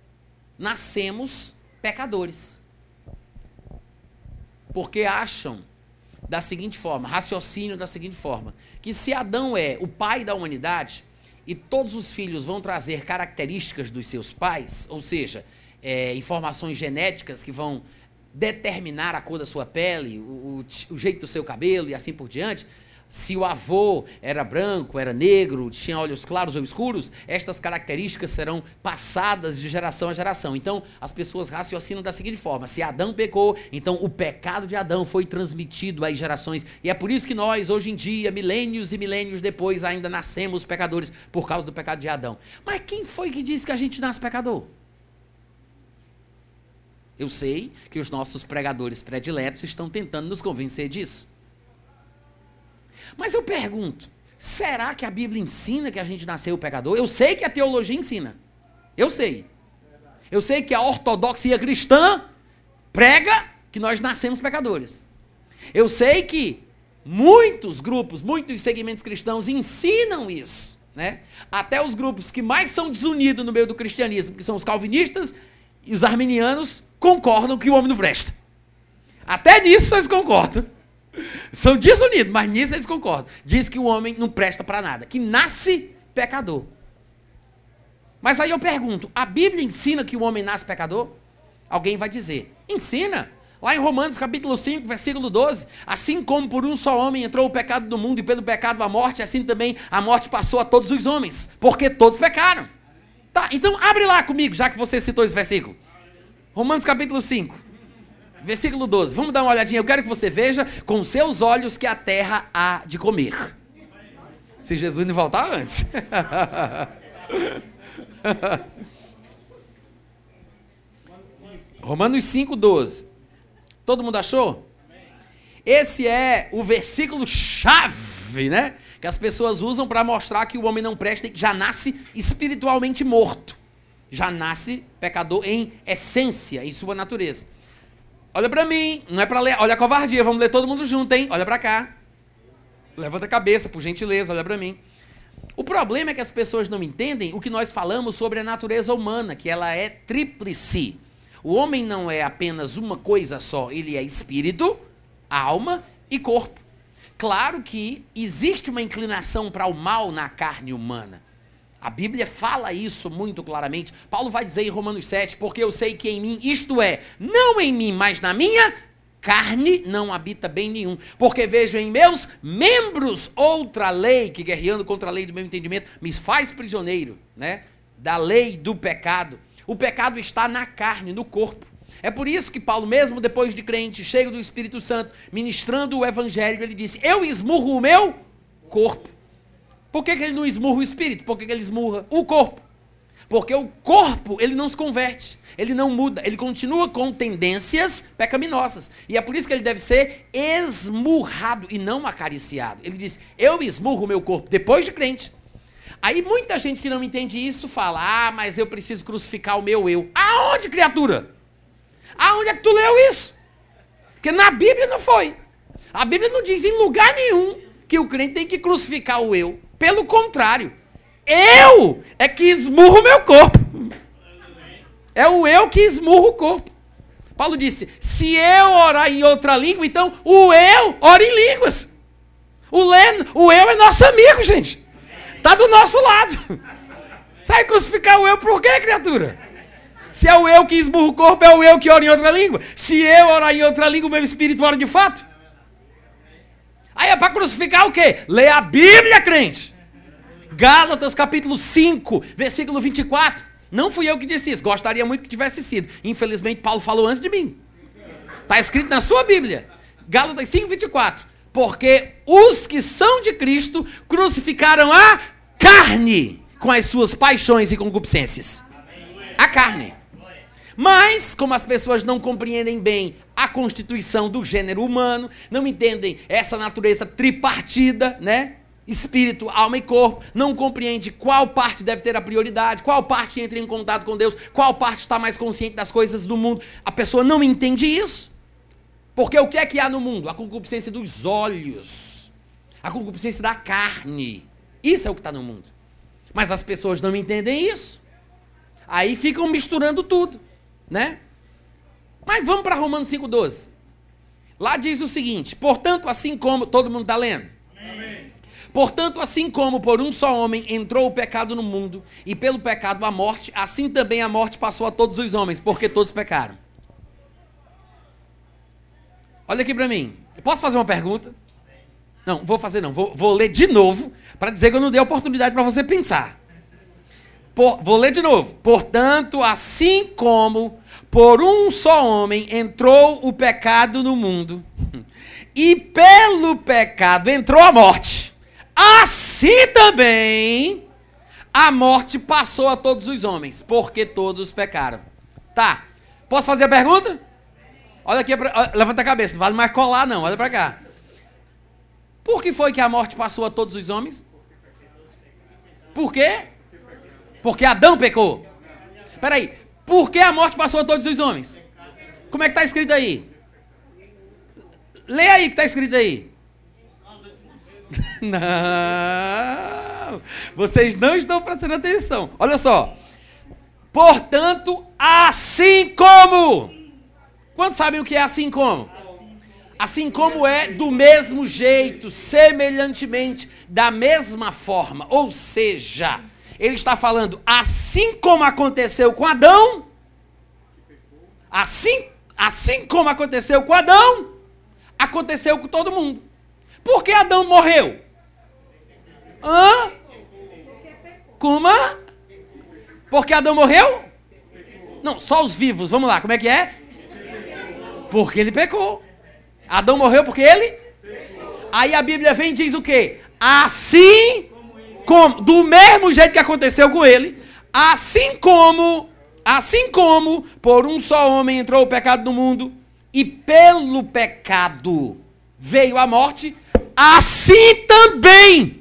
nascemos pecadores. Porque acham da seguinte forma, raciocínio da seguinte forma, que se Adão é o pai da humanidade e todos os filhos vão trazer características dos seus pais, ou seja, informações genéticas que vão determinar a cor da sua pele, o jeito do seu cabelo e assim por diante. Se o avô era branco, era negro, tinha olhos claros ou escuros, estas características serão passadas de geração a geração. Então, as pessoas raciocinam da seguinte forma, se Adão pecou, então o pecado de Adão foi transmitido às gerações. E é por isso que nós, hoje em dia, milênios e milênios depois, ainda nascemos pecadores por causa do pecado de Adão. Mas quem foi que disse que a gente nasce pecador? Eu sei que os nossos pregadores prediletos estão tentando nos convencer disso. Mas eu pergunto, será que a Bíblia ensina que a gente nasceu pecador? Eu sei que a teologia ensina. Eu sei. Eu sei que a ortodoxia cristã prega que nós nascemos pecadores. Eu sei que muitos grupos, muitos segmentos cristãos ensinam isso, né? Até os grupos que mais são desunidos no meio do cristianismo, que são os calvinistas e os arminianos, concordam que o homem não presta. Até nisso eles concordam. São desunidos, mas nisso eles concordam. Diz que o homem não presta para nada, que nasce pecador. Mas aí eu pergunto, a Bíblia ensina que o homem nasce pecador? Alguém vai dizer, ensina. Lá em Romanos capítulo 5, versículo 12, assim como por um só homem entrou o pecado do mundo e pelo pecado a morte, assim também a morte passou a todos os homens, porque todos pecaram. Tá, então abre lá comigo, já que você citou esse versículo. Romanos capítulo 5, Versículo 12. Vamos dar uma olhadinha. Eu quero que você veja com seus olhos que a terra há de comer. Se Jesus não voltar antes. Romanos 5, 12. Todo mundo achou? Esse é o versículo chave, né? Que as pessoas usam para mostrar que o homem não presta e que já nasce espiritualmente morto. Já nasce pecador em essência, em sua natureza. Olha para mim, não é para ler, olha a covardia, vamos ler todo mundo junto, hein? Olha para cá. Levanta a cabeça, por gentileza, olha para mim. O problema é que as pessoas não entendem o que nós falamos sobre a natureza humana, que ela é tríplice. O homem não é apenas uma coisa só, ele é espírito, alma e corpo. Claro que existe uma inclinação para o mal na carne humana. A Bíblia fala isso muito claramente. Paulo vai dizer em Romanos 7, porque eu sei que em mim, isto é, não em mim, mas na minha carne, não habita bem nenhum. Porque vejo em meus membros outra lei, que guerreando contra a lei do meu entendimento, me faz prisioneiro, né? Da lei do pecado. O pecado está na carne, no corpo. É por isso que Paulo, mesmo depois de crente, cheio do Espírito Santo, ministrando o Evangelho, ele disse, eu esmurro o meu corpo. Por que ele não esmurra o espírito? Por que ele esmurra o corpo? Porque o corpo, ele não se converte, ele não muda, ele continua com tendências pecaminosas. E é por isso que ele deve ser esmurrado e não acariciado. Ele diz, eu esmurro o meu corpo, depois de crente. Aí muita gente que não entende isso fala, mas eu preciso crucificar o meu eu. Aonde, criatura? Aonde é que tu leu isso? Porque na Bíblia não foi. A Bíblia não diz em lugar nenhum que o crente tem que crucificar o eu. Pelo contrário, eu é que esmurro o meu corpo. É o eu que esmurra o corpo. Paulo disse, se eu orar em outra língua, então o eu ora em línguas. O eu é nosso amigo, gente. Está do nosso lado. Sai crucificar o eu por quê, criatura? Se é o eu que esmurra o corpo, é o eu que ora em outra língua. Se eu orar em outra língua, o meu espírito ora de fato. Aí é para crucificar o quê? Lê a Bíblia, crente. Gálatas capítulo 5, versículo 24. Não fui eu que disse isso, gostaria muito que tivesse sido. Infelizmente, Paulo falou antes de mim. Está escrito na sua Bíblia. Gálatas 5, 24. Porque os que são de Cristo crucificaram a carne com as suas paixões e concupiscências. A carne. Mas, como as pessoas não compreendem bem a constituição do gênero humano, não entendem essa natureza tripartida, né? Espírito, alma e corpo, não compreende qual parte deve ter a prioridade, qual parte entra em contato com Deus, qual parte está mais consciente das coisas do mundo. A pessoa não entende isso. Porque o que é que há no mundo? A concupiscência dos olhos, a concupiscência da carne. Isso é o que está no mundo. Mas as pessoas não entendem isso. Aí ficam misturando tudo, né? Mas vamos para Romanos 5,12. Lá diz o seguinte, portanto, assim como... Todo mundo está lendo? Amém. Portanto, assim como por um só homem entrou o pecado no mundo, e pelo pecado a morte, assim também a morte passou a todos os homens, porque todos pecaram. Olha aqui para mim. Posso fazer uma pergunta? Não, vou fazer não. Vou ler de novo, para dizer que eu não dei oportunidade para você pensar. Vou ler de novo. Portanto, assim como por um só homem entrou o pecado no mundo, e pelo pecado entrou a morte, assim também a morte passou a todos os homens, porque todos pecaram. Tá, posso fazer a pergunta? Olha aqui, levanta a cabeça, não vale mais colar não, olha pra cá. Por que foi que a morte passou a todos os homens? Por quê? Porque Adão pecou. Peraí, por que a morte passou a todos os homens? Como é que está escrito aí? Lê aí que está escrito aí. Não, vocês não estão prestando atenção. Olha só. Portanto, assim como. Quantos sabem o que é assim como? Assim como é do mesmo jeito, semelhantemente, da mesma forma. Ou seja, ele está falando, assim como aconteceu com Adão, assim como aconteceu com Adão, aconteceu com todo mundo. Por que Adão morreu? Hã? Como? Porque Adão morreu? Não, só os vivos, vamos lá, como é que é? Porque ele pecou. Adão morreu porque ele pecou. Aí a Bíblia vem e diz o quê? Assim como, do mesmo jeito que aconteceu com ele, assim como por um só homem entrou o pecado no mundo, e pelo pecado veio a morte, assim também.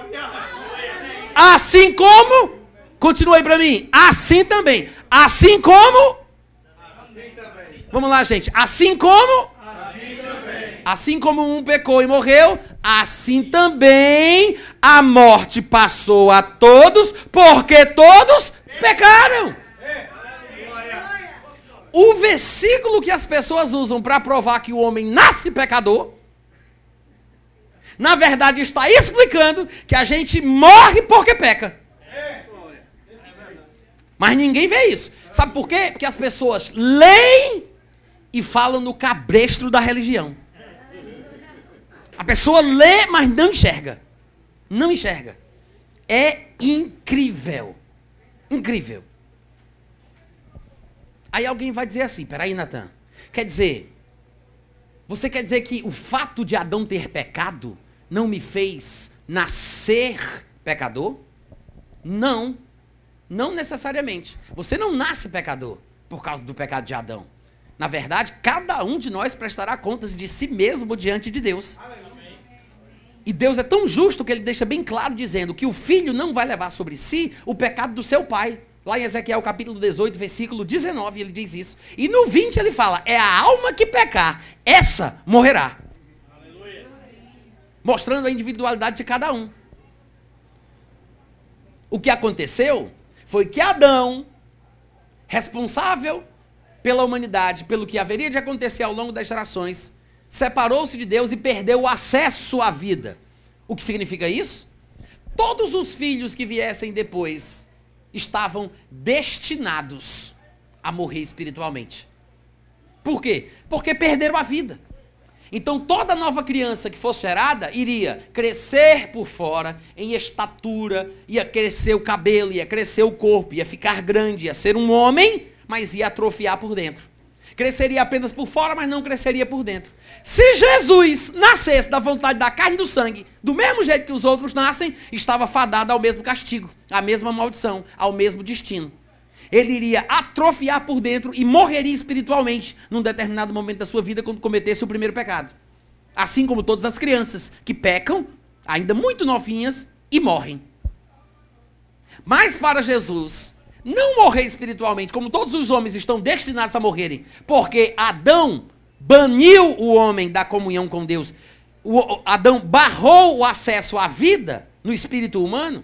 Assim como, continua aí pra mim, assim também. Assim como, vamos lá, gente. Assim como, assim como um pecou e morreu, assim também a morte passou a todos, porque todos pecaram. O versículo que as pessoas usam para provar que o homem nasce pecador, na verdade está explicando que a gente morre porque peca. Mas ninguém vê isso. Sabe por quê? Porque as pessoas leem e falam no cabresto da religião. A pessoa lê, mas não enxerga. Não enxerga. É incrível. Incrível. Aí alguém vai dizer assim, peraí, Natan, você quer dizer que o fato de Adão ter pecado não me fez nascer pecador? Não, não necessariamente. Você não nasce pecador por causa do pecado de Adão. Na verdade, cada um de nós prestará contas de si mesmo diante de Deus. E Deus é tão justo que ele deixa bem claro dizendo que o filho não vai levar sobre si o pecado do seu pai. Lá em Ezequiel capítulo 18, versículo 19, ele diz isso. E no 20 ele fala, é a alma que pecar, essa morrerá. Aleluia. Mostrando a individualidade de cada um. O que aconteceu foi que Adão, responsável pela humanidade, pelo que haveria de acontecer ao longo das gerações, separou-se de Deus e perdeu o acesso à vida. O que significa isso? Todos os filhos que viessem depois estavam destinados a morrer espiritualmente. Por quê? Porque perderam a vida. Então toda nova criança que fosse gerada iria crescer por fora, em estatura, ia crescer o cabelo, ia crescer o corpo, ia ficar grande, ia ser um homem, mas ia atrofiar por dentro. Cresceria apenas por fora, mas não cresceria por dentro. Se Jesus nascesse da vontade da carne e do sangue, do mesmo jeito que os outros nascem, estava fadado ao mesmo castigo, à mesma maldição, ao mesmo destino. Ele iria atrofiar por dentro e morreria espiritualmente num determinado momento da sua vida quando cometesse o primeiro pecado. Assim como todas as crianças que pecam, ainda muito novinhas, e morrem. Mas para Jesus não morrer espiritualmente, como todos os homens estão destinados a morrerem, porque Adão baniu o homem da comunhão com Deus, Adão barrou o acesso à vida no espírito humano,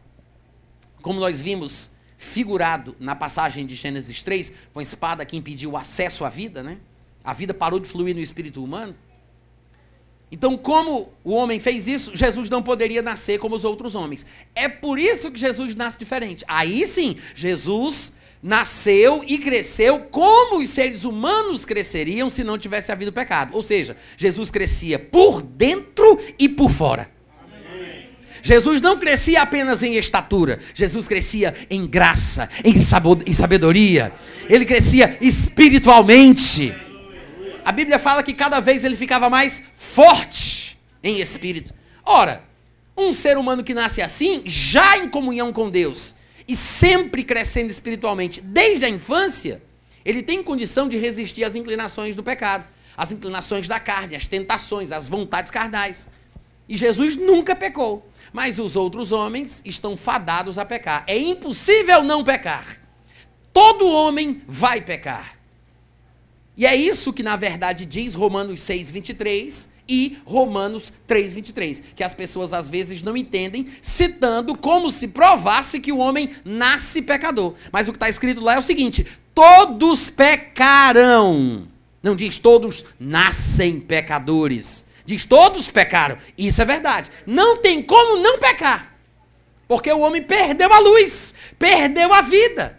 como nós vimos figurado na passagem de Gênesis 3, com a espada que impediu o acesso à vida, né? A vida parou de fluir no espírito humano. Então, como o homem fez isso, Jesus não poderia nascer como os outros homens. É por isso que Jesus nasce diferente. Aí sim, Jesus nasceu e cresceu como os seres humanos cresceriam se não tivesse havido pecado. Ou seja, Jesus crescia por dentro e por fora. Amém. Jesus não crescia apenas em estatura. Jesus crescia em graça, em sabedoria. Ele crescia espiritualmente. A Bíblia fala que cada vez ele ficava mais forte em espírito. Ora, um ser humano que nasce assim, já em comunhão com Deus, e sempre crescendo espiritualmente, desde a infância, ele tem condição de resistir às inclinações do pecado, às inclinações da carne, às tentações, às vontades carnais. E Jesus nunca pecou, mas os outros homens estão fadados a pecar. É impossível não pecar. Todo homem vai pecar. E é isso que, na verdade, diz Romanos 6, 23 e Romanos 3, 23, que as pessoas às vezes não entendem, citando como se provasse que o homem nasce pecador. Mas o que está escrito lá é o seguinte: todos pecarão. Não diz todos nascem pecadores. Diz todos pecaram. Isso é verdade. Não tem como não pecar. Porque o homem perdeu a luz, perdeu a vida.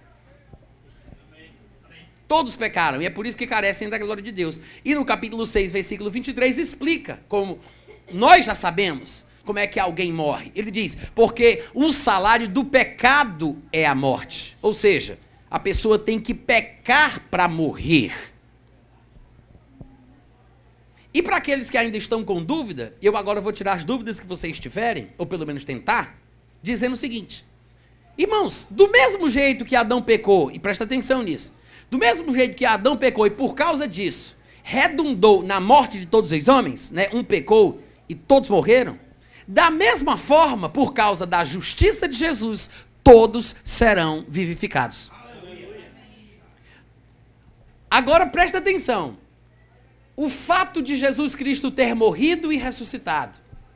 Todos pecaram, e é por isso que carecem da glória de Deus. E no capítulo 6, versículo 23, explica como nós já sabemos como é que alguém morre. Ele diz, porque o salário do pecado é a morte. Ou seja, a pessoa tem que pecar para morrer. E para aqueles que ainda estão com dúvida, eu agora vou tirar as dúvidas que vocês tiverem, ou pelo menos tentar, dizendo o seguinte: irmãos, do mesmo jeito que Adão pecou, e presta atenção nisso, do mesmo jeito que Adão pecou e por causa disso redundou na morte de todos os homens, né? Um pecou e todos morreram. Da mesma forma, por causa da justiça de Jesus, todos serão vivificados. Agora presta atenção. O fato de Jesus Cristo ter morrido e ressuscitado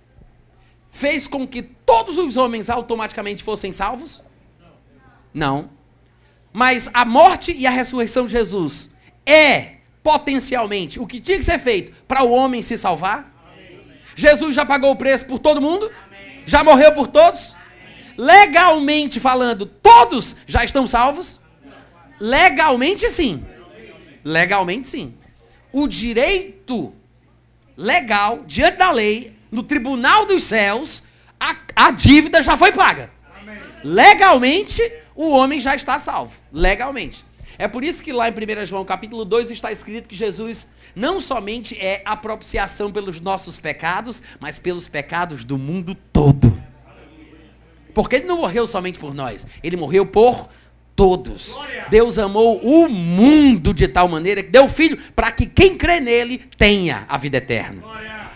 fez com que todos os homens automaticamente fossem salvos? Não. Mas a morte e a ressurreição de Jesus é potencialmente o que tinha que ser feito para o homem se salvar? Amém. Jesus já pagou o preço por todo mundo? Amém. Já morreu por todos? Amém. Legalmente falando, todos já estão salvos? Legalmente sim. Legalmente sim. O direito legal, diante da lei, no tribunal dos céus, a dívida já foi paga. Amém. Legalmente, o homem já está salvo. Legalmente. É por isso que lá em 1 João capítulo 2 está escrito que Jesus não somente é a propiciação pelos nossos pecados, mas pelos pecados do mundo todo. Porque ele não morreu somente por nós, ele morreu por todos. Glória. Deus amou o mundo de tal maneira que deu o Filho para que quem crê nele tenha a vida eterna. Glória.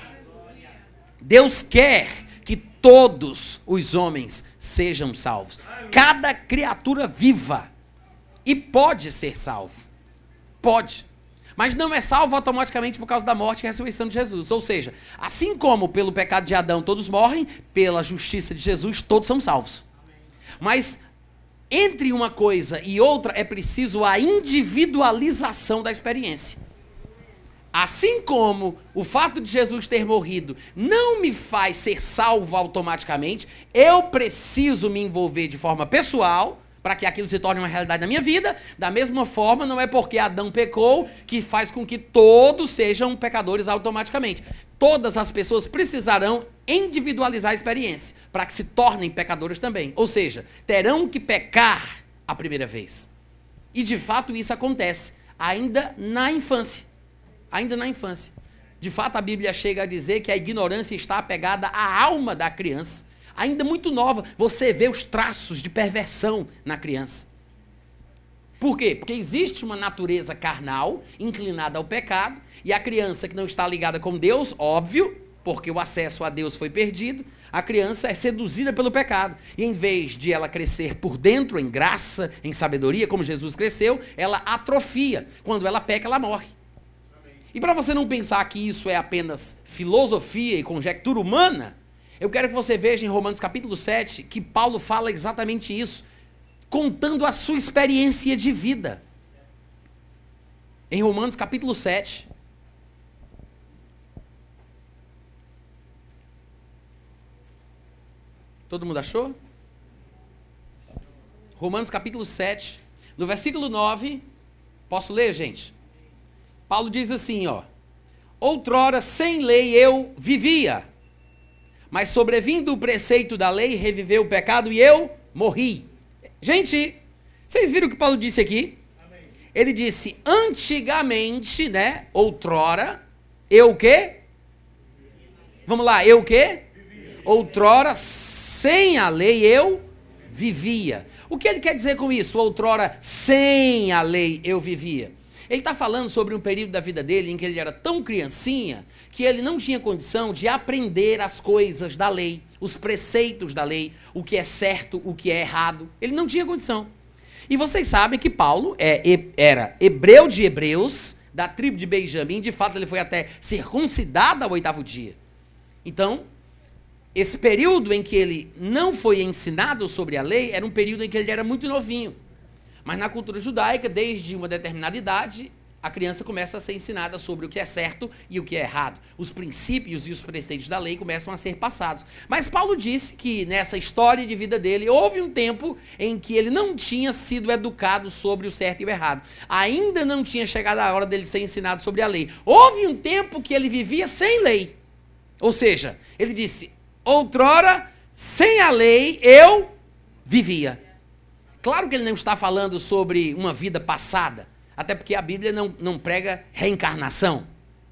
Deus quer que todos os homens sejam salvos. Cada criatura viva. E pode ser salvo. Pode. Mas não é salvo automaticamente por causa da morte e ressurreição de Jesus. Ou seja, assim como pelo pecado de Adão todos morrem, pela justiça de Jesus todos são salvos. Mas entre uma coisa e outra é preciso a individualização da experiência. Assim como o fato de Jesus ter morrido não me faz ser salvo automaticamente, eu preciso me envolver de forma pessoal para que aquilo se torne uma realidade na minha vida. Da mesma forma, não é porque Adão pecou que faz com que todos sejam pecadores automaticamente. Todas as pessoas precisarão individualizar a experiência para que se tornem pecadores também. Ou seja, terão que pecar a primeira vez. E de fato isso acontece ainda na infância. Ainda na infância. De fato, a Bíblia chega a dizer que a ignorância está apegada à alma da criança. Ainda muito nova, você vê os traços de perversão na criança. Por quê? Porque existe uma natureza carnal, inclinada ao pecado, e a criança que não está ligada com Deus, óbvio, porque o acesso a Deus foi perdido, a criança é seduzida pelo pecado. E em vez de ela crescer por dentro, em graça, em sabedoria, como Jesus cresceu, ela atrofia. Quando ela peca, ela morre. E para você não pensar que isso é apenas filosofia e conjectura humana, eu quero que você veja em Romanos capítulo 7 que Paulo fala exatamente isso, contando a sua experiência de vida. Em Romanos capítulo 7. Todo mundo achou? Romanos capítulo 7, no versículo 9, posso ler, gente? Paulo diz assim, ó: outrora sem lei eu vivia, mas sobrevindo o preceito da lei, reviveu o pecado e eu morri. Gente, vocês viram o que Paulo disse aqui? Amém. Ele disse, antigamente, né, outrora, eu o quê? Vamos lá, eu o quê? Vivia. Outrora, sem a lei, eu vivia. O que ele quer dizer com isso? Outrora, sem a lei, eu vivia. Ele está falando sobre um período da vida dele em que ele era tão criancinha que ele não tinha condição de aprender as coisas da lei, os preceitos da lei, o que é certo, o que é errado. Ele não tinha condição. E vocês sabem que Paulo era hebreu de hebreus, da tribo de Benjamim. De fato, ele foi até circuncidado ao 8º dia. Então, esse período em que ele não foi ensinado sobre a lei era um período em que ele era muito novinho. Mas na cultura judaica, desde uma determinada idade, a criança começa a ser ensinada sobre o que é certo e o que é errado. Os princípios e os preceitos da lei começam a ser passados. Mas Paulo disse que nessa história de vida dele, houve um tempo em que ele não tinha sido educado sobre o certo e o errado. Ainda não tinha chegado a hora dele ser ensinado sobre a lei. Houve um tempo que ele vivia sem lei. Ou seja, ele disse, outrora, sem a lei, eu vivia. Claro que ele não está falando sobre uma vida passada, até porque a Bíblia não prega reencarnação.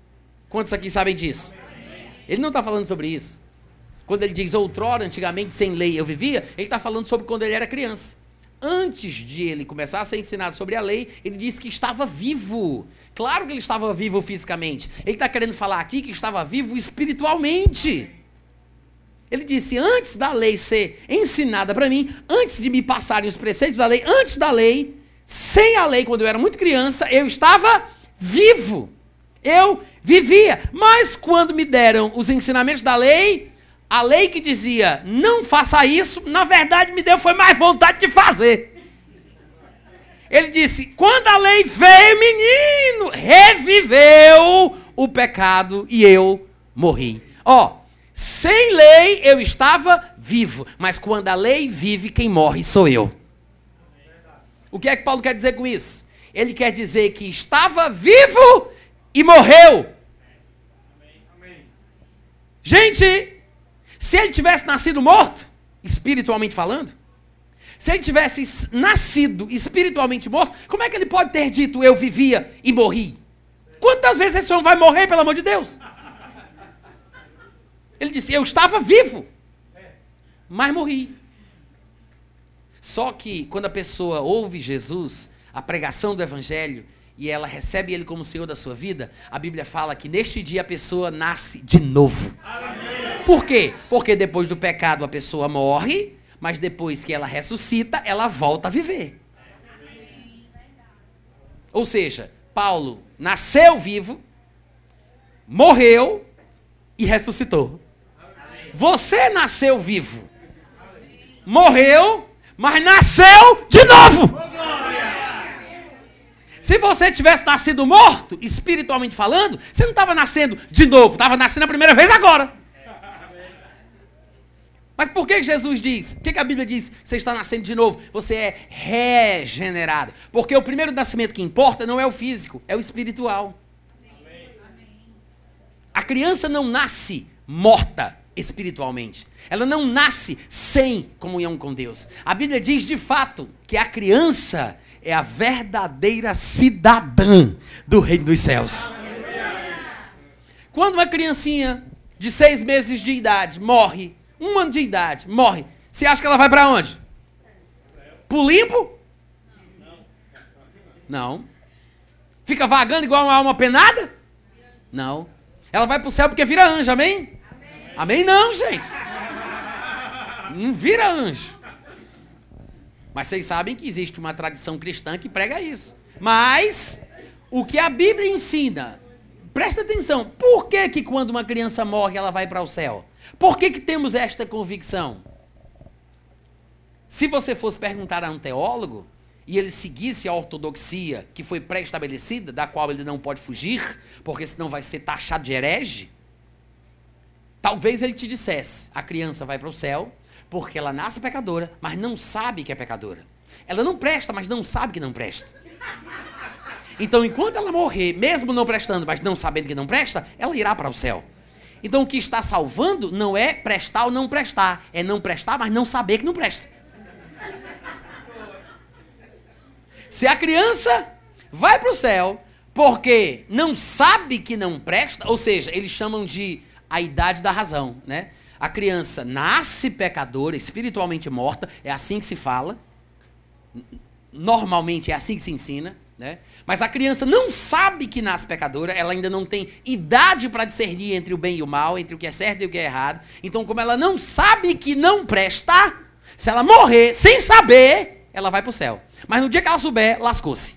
Quantos aqui sabem disso? Ele não está falando sobre isso. Quando ele diz outrora, antigamente, sem lei eu vivia, ele está falando sobre quando ele era criança. Antes de ele começar a ser ensinado sobre a lei, ele disse que estava vivo. Claro que ele estava vivo fisicamente. Ele está querendo falar aqui que estava vivo espiritualmente. Ele disse, antes da lei ser ensinada para mim, antes de me passarem os preceitos da lei, antes da lei, sem a lei, quando eu era muito criança, eu estava vivo. Eu vivia. Mas quando me deram os ensinamentos da lei, a lei que dizia, não faça isso, na verdade me deu foi mais vontade de fazer. Ele disse, quando a lei veio, menino, reviveu o pecado e eu morri. Sem lei eu estava vivo, mas quando a lei vive, quem morre sou eu. O que é que Paulo quer dizer com isso? Ele quer dizer que estava vivo e morreu. Gente, se ele tivesse nascido morto, espiritualmente falando, se ele tivesse nascido espiritualmente morto, como é que ele pode ter dito eu vivia e morri? Quantas vezes esse homem vai morrer, pelo amor de Deus? Ele disse, eu estava vivo, mas morri. Só que quando a pessoa ouve Jesus, a pregação do Evangelho, e ela recebe Ele como Senhor da sua vida, a Bíblia fala que neste dia a pessoa nasce de novo. Por quê? Porque depois do pecado a pessoa morre, mas depois que ela ressuscita, ela volta a viver. Ou seja, Paulo nasceu vivo, morreu e ressuscitou. Você nasceu vivo, morreu, mas nasceu de novo. Se você tivesse nascido morto, espiritualmente falando, você não estava nascendo de novo, estava nascendo a primeira vez agora. Mas por que Jesus diz? Por que a Bíblia diz que você está nascendo de novo? Você é regenerado. Porque o primeiro nascimento que importa não é o físico, é o espiritual. A criança não nasce morta espiritualmente. Ela não nasce sem comunhão com Deus. A Bíblia diz, de fato, que a criança é a verdadeira cidadã do reino dos céus. Quando uma criancinha de 6 meses de idade morre, 1 ano de idade, morre, você acha que ela vai para onde? Pro limbo? Não. Fica vagando igual uma alma penada? Não. Ela vai pro céu porque vira anjo, amém? Amém não, gente. Não vira anjo. Mas vocês sabem que existe uma tradição cristã que prega isso. Mas, o que a Bíblia ensina, presta atenção, por que que quando uma criança morre ela vai para o céu? Por que que temos esta convicção? Se você fosse perguntar a um teólogo, e ele seguisse a ortodoxia que foi pré-estabelecida, da qual ele não pode fugir, porque senão vai ser taxado de herege, talvez ele te dissesse, a criança vai para o céu, porque ela nasce pecadora, mas não sabe que é pecadora. Ela não presta, mas não sabe que não presta. Então, enquanto ela morrer, mesmo não prestando, mas não sabendo que não presta, ela irá para o céu. Então, o que está salvando não é prestar ou não prestar, é não prestar, mas não saber que não presta. Se a criança vai para o céu porque não sabe que não presta, ou seja, eles chamam de a idade da razão, né? A criança nasce pecadora, espiritualmente morta, é assim que se fala. Normalmente é assim que se ensina, né? Mas a criança não sabe que nasce pecadora, ela ainda não tem idade para discernir entre o bem e o mal, entre o que é certo e o que é errado. Então, como ela não sabe que não presta, se ela morrer sem saber, ela vai para o céu. Mas no dia que ela souber, lascou-se.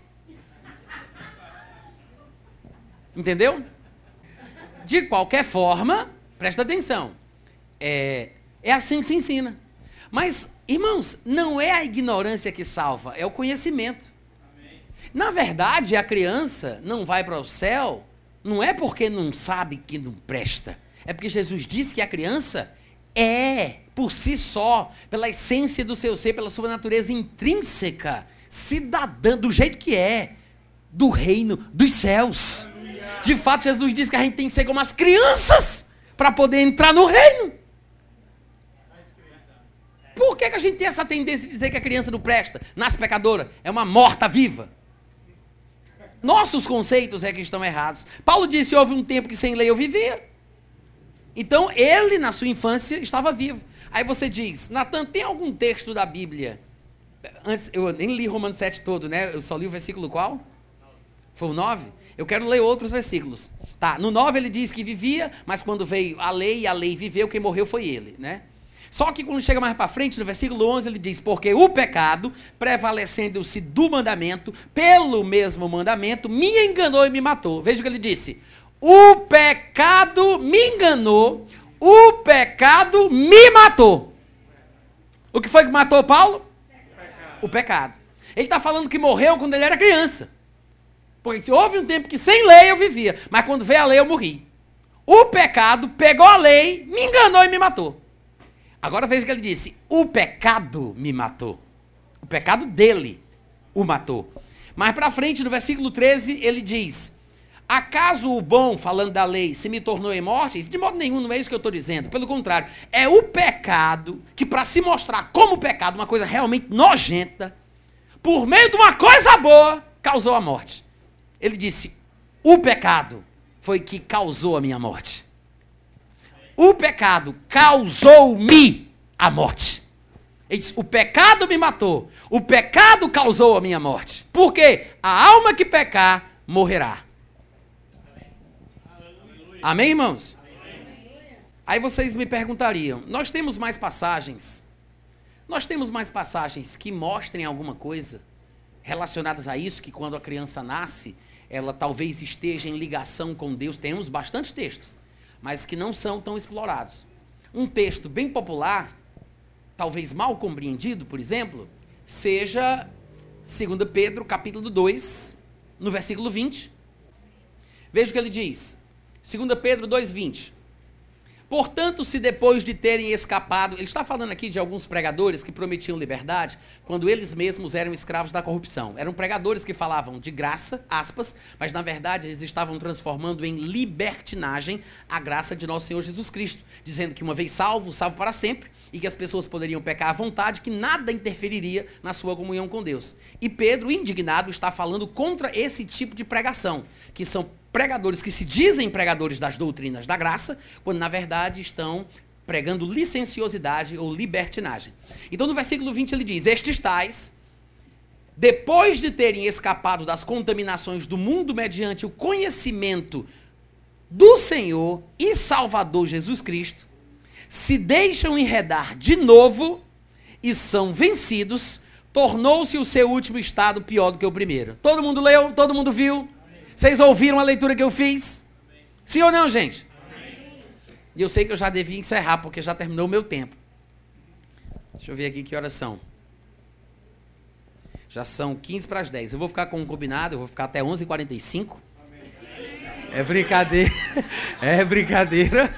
Entendeu? De qualquer forma, presta atenção. É assim que se ensina. Mas, irmãos, não é a ignorância que salva, é o conhecimento. Na verdade, a criança não vai para o céu, não é porque não sabe que não presta. É porque Jesus disse que a criança é, por si só, pela essência do seu ser, pela sua natureza intrínseca, cidadã, do jeito que é, do reino dos céus. De fato, Jesus disse que a gente tem que ser como as crianças para poder entrar no reino. Por que a gente tem essa tendência de dizer que a criança não presta, nasce pecadora, é uma morta viva? Nossos conceitos é que estão errados. Paulo disse, houve um tempo que sem lei eu vivia. Então, ele, na sua infância, estava vivo. Aí você diz, Natan, tem algum texto da Bíblia? Antes, eu nem li Romanos 7 todo, né? Eu só li o versículo qual? Foi o 9? Eu quero ler outros versículos. Tá, no 9 ele diz que vivia, mas quando veio a lei e a lei viveu, quem morreu foi ele, né? Só que quando chega mais para frente, no versículo 11, ele diz, porque o pecado, prevalecendo-se do mandamento, pelo mesmo mandamento, me enganou e me matou. Veja o que ele disse. O pecado me enganou, o pecado me matou. O que foi que matou Paulo? O pecado. Ele está falando que morreu quando ele era criança. Porque se houve um tempo que sem lei eu vivia, mas quando veio a lei eu morri. O pecado pegou a lei, me enganou e me matou. Agora veja o que ele disse. O pecado me matou. O pecado dele o matou. Mais para frente, no versículo 13, ele diz, acaso o bom, falando da lei, se me tornou em morte? De modo nenhum, não é isso que eu estou dizendo. Pelo contrário, é o pecado que, para se mostrar como pecado, uma coisa realmente nojenta, por meio de uma coisa boa, causou a morte. Ele disse, o pecado foi que causou a minha morte. O pecado causou-me a morte. Ele disse, o pecado me matou. O pecado causou a minha morte. Por quê? A alma que pecar, morrerá. Amém, irmãos? Aí vocês me perguntariam, nós temos mais passagens? Nós temos mais passagens que mostrem alguma coisa relacionadas a isso, que quando a criança nasce, ela talvez esteja em ligação com Deus. Temos bastantes textos, mas que não são tão explorados. Um texto bem popular, talvez mal compreendido, por exemplo, seja 2 Pedro, capítulo 2, no versículo 20. Veja o que ele diz. 2 Pedro 2,20. Portanto, se depois de terem escapado... Ele está falando aqui de alguns pregadores que prometiam liberdade quando eles mesmos eram escravos da corrupção. Eram pregadores que falavam de graça, aspas, mas na verdade eles estavam transformando em libertinagem a graça de nosso Senhor Jesus Cristo, dizendo que uma vez salvo, salvo para sempre, e que as pessoas poderiam pecar à vontade, que nada interferiria na sua comunhão com Deus. E Pedro, indignado, está falando contra esse tipo de pregação, que são pregadores que se dizem pregadores das doutrinas da graça, quando na verdade estão pregando licenciosidade ou libertinagem. Então no versículo 20 ele diz, estes tais, depois de terem escapado das contaminações do mundo mediante o conhecimento do Senhor e Salvador Jesus Cristo, se deixam enredar de novo e são vencidos, tornou-se o seu último estado pior do que o primeiro. Todo mundo leu? Todo mundo viu? Vocês ouviram a leitura que eu fiz? Amém. Sim ou não, gente? Amém. E eu sei que eu já devia encerrar, porque já terminou o meu tempo. Deixa eu ver aqui que horas são. Já são 15 para as 10. Eu vou ficar com um combinado, eu vou ficar até 11h45. É brincadeira. É brincadeira.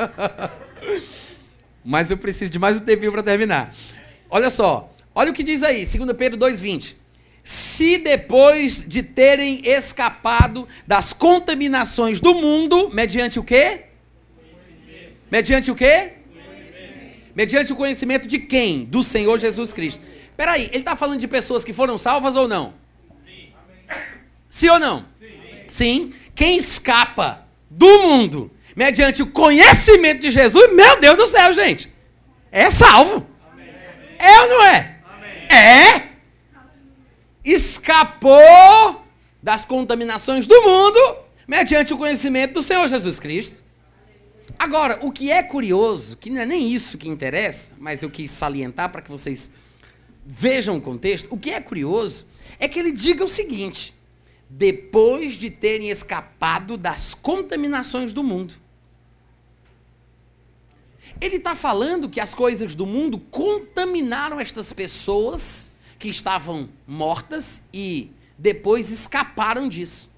Mas eu preciso de mais um tempinho para terminar. Olha só. Olha o que diz aí, 2 Pedro 2,20. Se depois de terem escapado das contaminações do mundo, mediante o quê? Mediante o quê? Mediante o conhecimento de quem? Do Senhor Jesus Cristo. Espera aí, ele está falando de pessoas que foram salvas ou não? Sim. Sim ou não? Sim. Quem escapa do mundo mediante o conhecimento de Jesus, meu Deus do céu, gente, é salvo. É ou não é? É. Escapou das contaminações do mundo mediante o conhecimento do Senhor Jesus Cristo. Agora, o que é curioso, que não é nem isso que interessa, mas eu quis salientar para que vocês vejam o contexto, o que é curioso é que ele diga o seguinte, depois de terem escapado das contaminações do mundo. Ele está falando que as coisas do mundo contaminaram estas pessoas que estavam mortas e depois escaparam disso.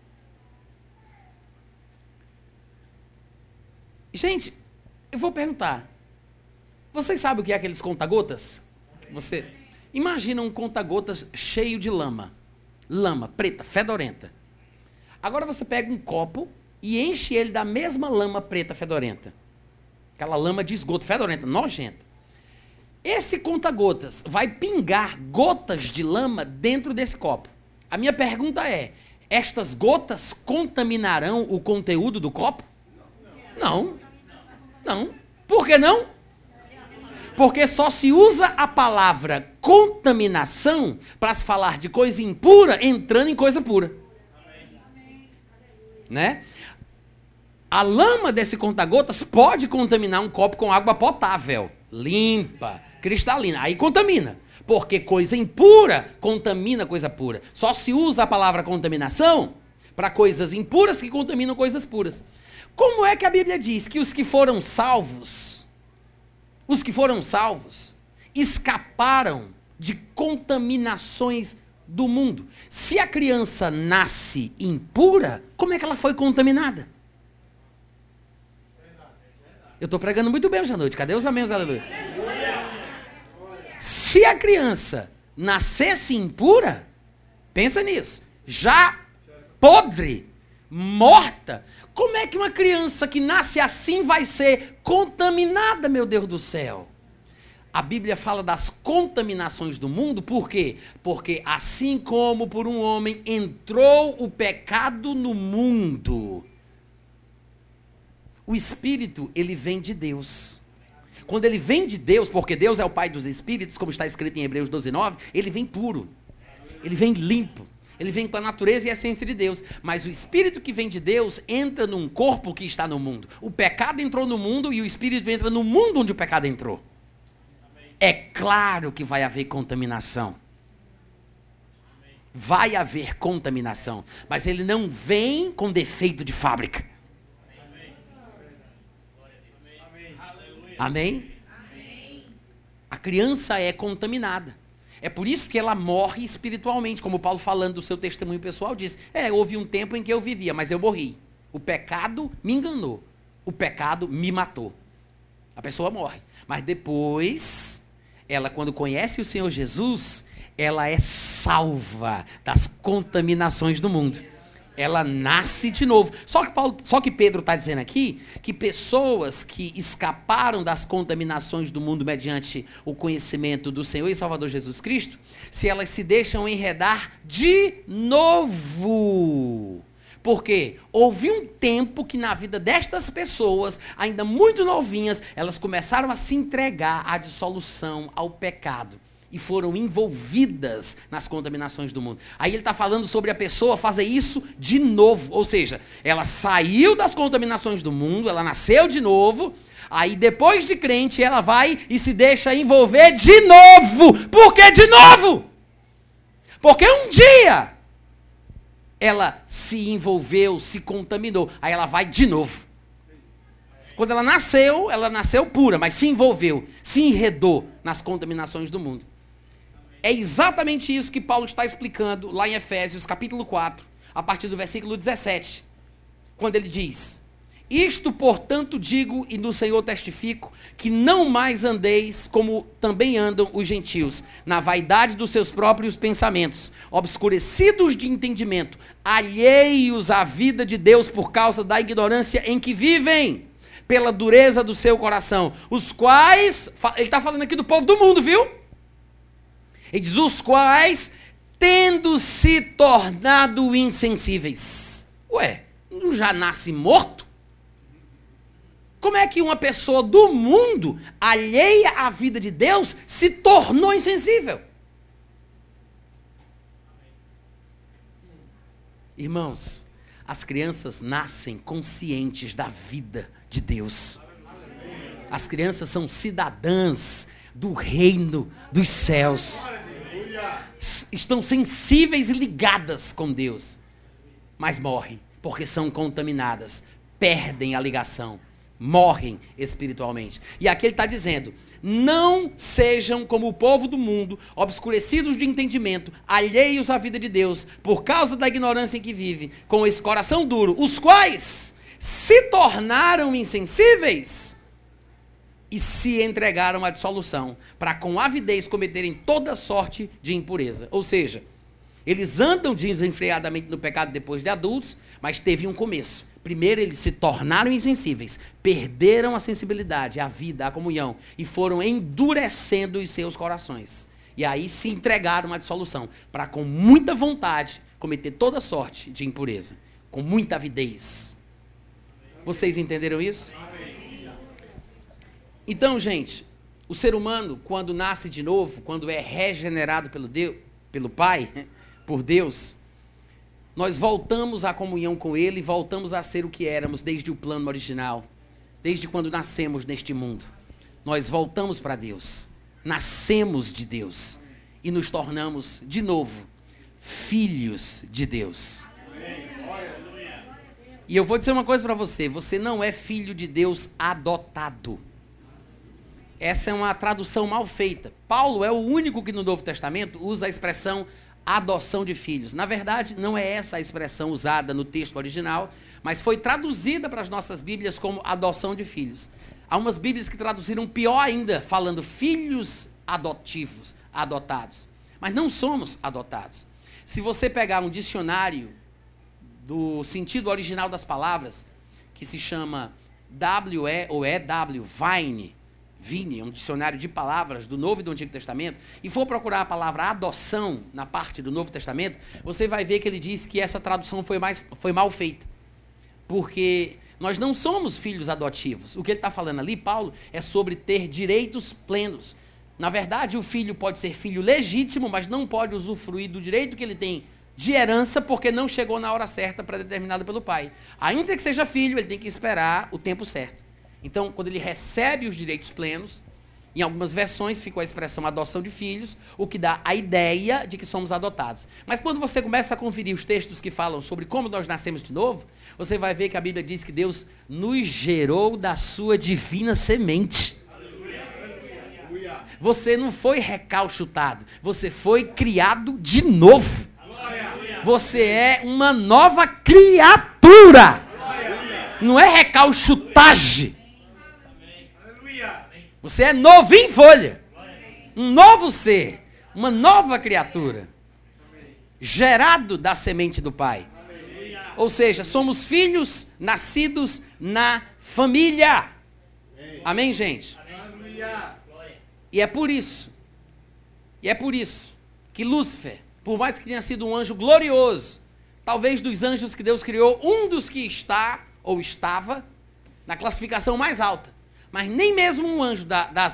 Gente, eu vou perguntar. Vocês sabem o que é aqueles conta-gotas? Você imagina um conta-gotas cheio de lama. Lama preta, fedorenta. Agora você pega um copo e enche ele da mesma lama preta, fedorenta. Aquela lama de esgoto fedorenta, nojenta. Esse conta-gotas vai pingar gotas de lama dentro desse copo. A minha pergunta é, estas gotas contaminarão o conteúdo do copo? Não. Não. Por que não? Porque só se usa a palavra contaminação para se falar de coisa impura entrando em coisa pura. Né? A lama desse conta-gotas pode contaminar um copo com água potável, limpa, cristalina. Aí contamina. Porque coisa impura contamina coisa pura. Só se usa a palavra contaminação para coisas impuras que contaminam coisas puras. Como é que a Bíblia diz que os que foram salvos, escaparam de contaminações do mundo? Se a criança nasce impura, como é que ela foi contaminada? Eu estou pregando muito bem hoje à noite. Cadê os amém, os aleluia? Se a criança nascesse impura, pensa nisso, já podre, morta, como é que uma criança que nasce assim vai ser contaminada, meu Deus do céu? A Bíblia fala das contaminações do mundo, por quê? Porque assim como por um homem entrou o pecado no mundo, o Espírito, ele vem de Deus. Quando ele vem de Deus, porque Deus é o Pai dos Espíritos, como está escrito em Hebreus 12:9, ele vem puro, ele vem limpo, ele vem com a natureza e a essência de Deus. Mas o Espírito que vem de Deus entra num corpo que está no mundo. O pecado entrou no mundo e o Espírito entra no mundo onde o pecado entrou. É claro que vai haver contaminação. Vai haver contaminação, mas ele não vem com defeito de fábrica. Amém? A criança é contaminada. É por isso que ela morre espiritualmente, como Paulo falando do seu testemunho pessoal diz. Houve um tempo em que eu vivia, mas eu morri. O pecado me enganou. O pecado me matou. A pessoa morre. Mas depois, ela quando conhece o Senhor Jesus, ela é salva das contaminações do mundo. Ela nasce de novo. Só que Pedro está dizendo aqui que pessoas que escaparam das contaminações do mundo mediante o conhecimento do Senhor e Salvador Jesus Cristo, se elas se deixam enredar de novo. Porque houve um tempo que na vida destas pessoas, ainda muito novinhas, elas começaram a se entregar à dissolução, ao pecado. E foram envolvidas nas contaminações do mundo. Aí ele está falando sobre a pessoa fazer isso de novo. Ou seja, ela saiu das contaminações do mundo, ela nasceu de novo. Aí depois de crente, ela vai e se deixa envolver de novo. Por que de novo? Porque um dia ela se envolveu, se contaminou. Aí ela vai de novo. Quando ela nasceu pura, mas se envolveu, se enredou nas contaminações do mundo. É exatamente isso que Paulo está explicando lá em Efésios, capítulo 4, a partir do versículo 17, quando ele diz: isto, portanto, digo e no Senhor testifico, que não mais andeis como também andam os gentios, na vaidade dos seus próprios pensamentos, obscurecidos de entendimento, alheios à vida de Deus por causa da ignorância em que vivem, pela dureza do seu coração, os quais, ele está falando aqui do povo do mundo, viu? Ele diz, os quais, tendo se tornado insensíveis. Ué, não já nasce morto? Como é que uma pessoa do mundo, alheia à vida de Deus, se tornou insensível? Irmãos, as crianças nascem conscientes da vida de Deus. As crianças são cidadãs do reino dos céus. Estão sensíveis e ligadas com Deus, mas morrem porque são contaminadas, perdem a ligação, morrem espiritualmente. E aqui ele está dizendo, não sejam como o povo do mundo, obscurecidos de entendimento, alheios à vida de Deus, por causa da ignorância em que vive, com esse coração duro, os quais se tornaram insensíveis e se entregaram à dissolução, para com avidez cometerem toda sorte de impureza. Ou seja, eles andam desenfreadamente no pecado depois de adultos, mas teve um começo. Primeiro eles se tornaram insensíveis, perderam a sensibilidade, a vida, a comunhão, e foram endurecendo os seus corações. E aí se entregaram à dissolução, para com muita vontade cometer toda sorte de impureza, com muita avidez. Vocês entenderam isso? Então, gente, o ser humano, quando nasce de novo, quando é regenerado pelo Pai, por Deus, nós voltamos à comunhão com Ele e voltamos a ser o que éramos desde o plano original, desde quando nascemos neste mundo. Nós voltamos para Deus, nascemos de Deus e nos tornamos, de novo, filhos de Deus. E eu vou dizer uma coisa para você, você não é filho de Deus adotado. Essa é uma tradução mal feita. Paulo é o único que no Novo Testamento usa a expressão adoção de filhos. Na verdade, não é essa a expressão usada no texto original, mas foi traduzida para as nossas Bíblias como adoção de filhos. Há umas Bíblias que traduziram pior ainda, falando filhos adotivos, adotados. Mas não somos adotados. Se você pegar um dicionário do sentido original das palavras, que se chama Vine, é um dicionário de palavras do Novo e do Antigo Testamento, e for procurar a palavra adoção na parte do Novo Testamento, você vai ver que ele diz que essa tradução foi mal feita. Porque nós não somos filhos adotivos. O que ele está falando ali, Paulo, é sobre ter direitos plenos. Na verdade, o filho pode ser filho legítimo, mas não pode usufruir do direito que ele tem de herança, porque não chegou na hora certa predeterminada pelo pai. Ainda que seja filho, ele tem que esperar o tempo certo. Então, quando ele recebe os direitos plenos, em algumas versões ficou a expressão adoção de filhos, o que dá a ideia de que somos adotados. Mas quando você começa a conferir os textos que falam sobre como nós nascemos de novo, você vai ver que a Bíblia diz que Deus nos gerou da sua divina semente. Você não foi recalchutado, você foi criado de novo. Você é uma nova criatura. Não é recalchutagem. Você é novo em folha. Um novo ser. Uma nova criatura. Gerado da semente do Pai. Ou seja, somos filhos nascidos na família. Amém, gente? E é por isso que Lúcifer, por mais que tenha sido um anjo glorioso, talvez dos anjos que Deus criou, um dos que está ou estava na classificação mais alta. Mas nem mesmo um anjo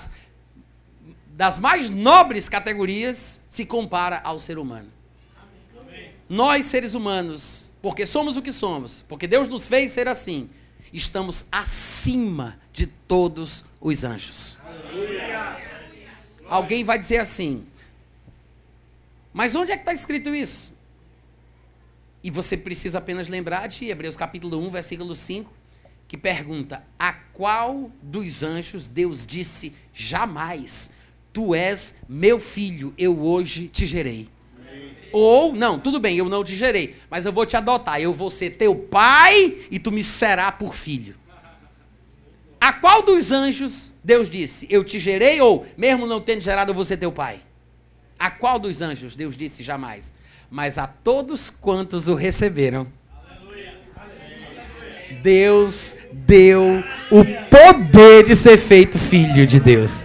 das mais nobres categorias se compara ao ser humano. Nós, seres humanos, porque somos o que somos, porque Deus nos fez ser assim, estamos acima de todos os anjos. Alguém vai dizer assim, mas onde é que está escrito isso? E você precisa apenas lembrar de Hebreus capítulo 1, versículo 5, que pergunta, a qual dos anjos Deus disse, jamais, tu és meu filho, eu hoje te gerei. Ou, não, tudo bem, eu não te gerei, mas eu vou te adotar, eu vou ser teu pai e tu me será por filho. A qual dos anjos Deus disse, eu te gerei, ou mesmo não tendo gerado, eu vou ser teu pai? A qual dos anjos Deus disse, jamais? Mas a todos quantos o receberam, Deus deu o poder de ser feito filho de Deus.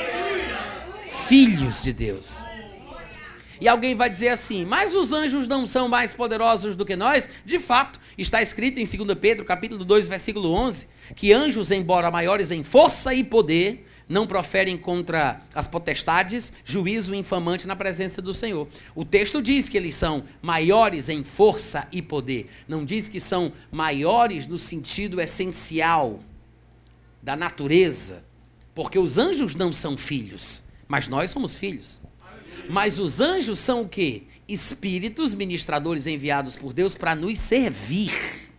Filhos de Deus. E alguém vai dizer assim, mas os anjos não são mais poderosos do que nós? De fato, está escrito em 2 Pedro, capítulo 2, versículo 11, que anjos, embora maiores em força e poder, não proferem contra as potestades juízo infamante na presença do Senhor. O texto diz que eles são maiores em força e poder. Não diz que são maiores no sentido essencial da natureza. Porque os anjos não são filhos, mas nós somos filhos. Mas os anjos são o quê? Espíritos ministradores enviados por Deus para nos servir.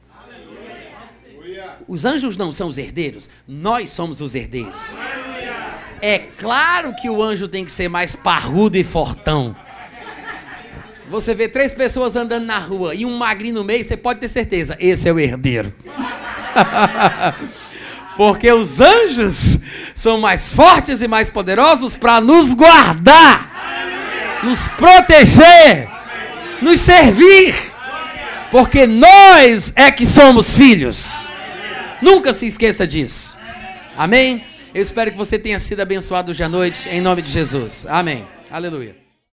Os anjos não são os herdeiros, nós somos os herdeiros. É claro que o anjo tem que ser mais parrudo e fortão. Se você vê 3 pessoas andando na rua e um magrinho no meio, você pode ter certeza, esse é o herdeiro. Porque os anjos são mais fortes e mais poderosos para nos guardar, nos proteger, nos servir. Porque nós é que somos filhos. Nunca se esqueça disso. Amém? Eu espero que você tenha sido abençoado hoje à noite, em nome de Jesus. Amém. Aleluia.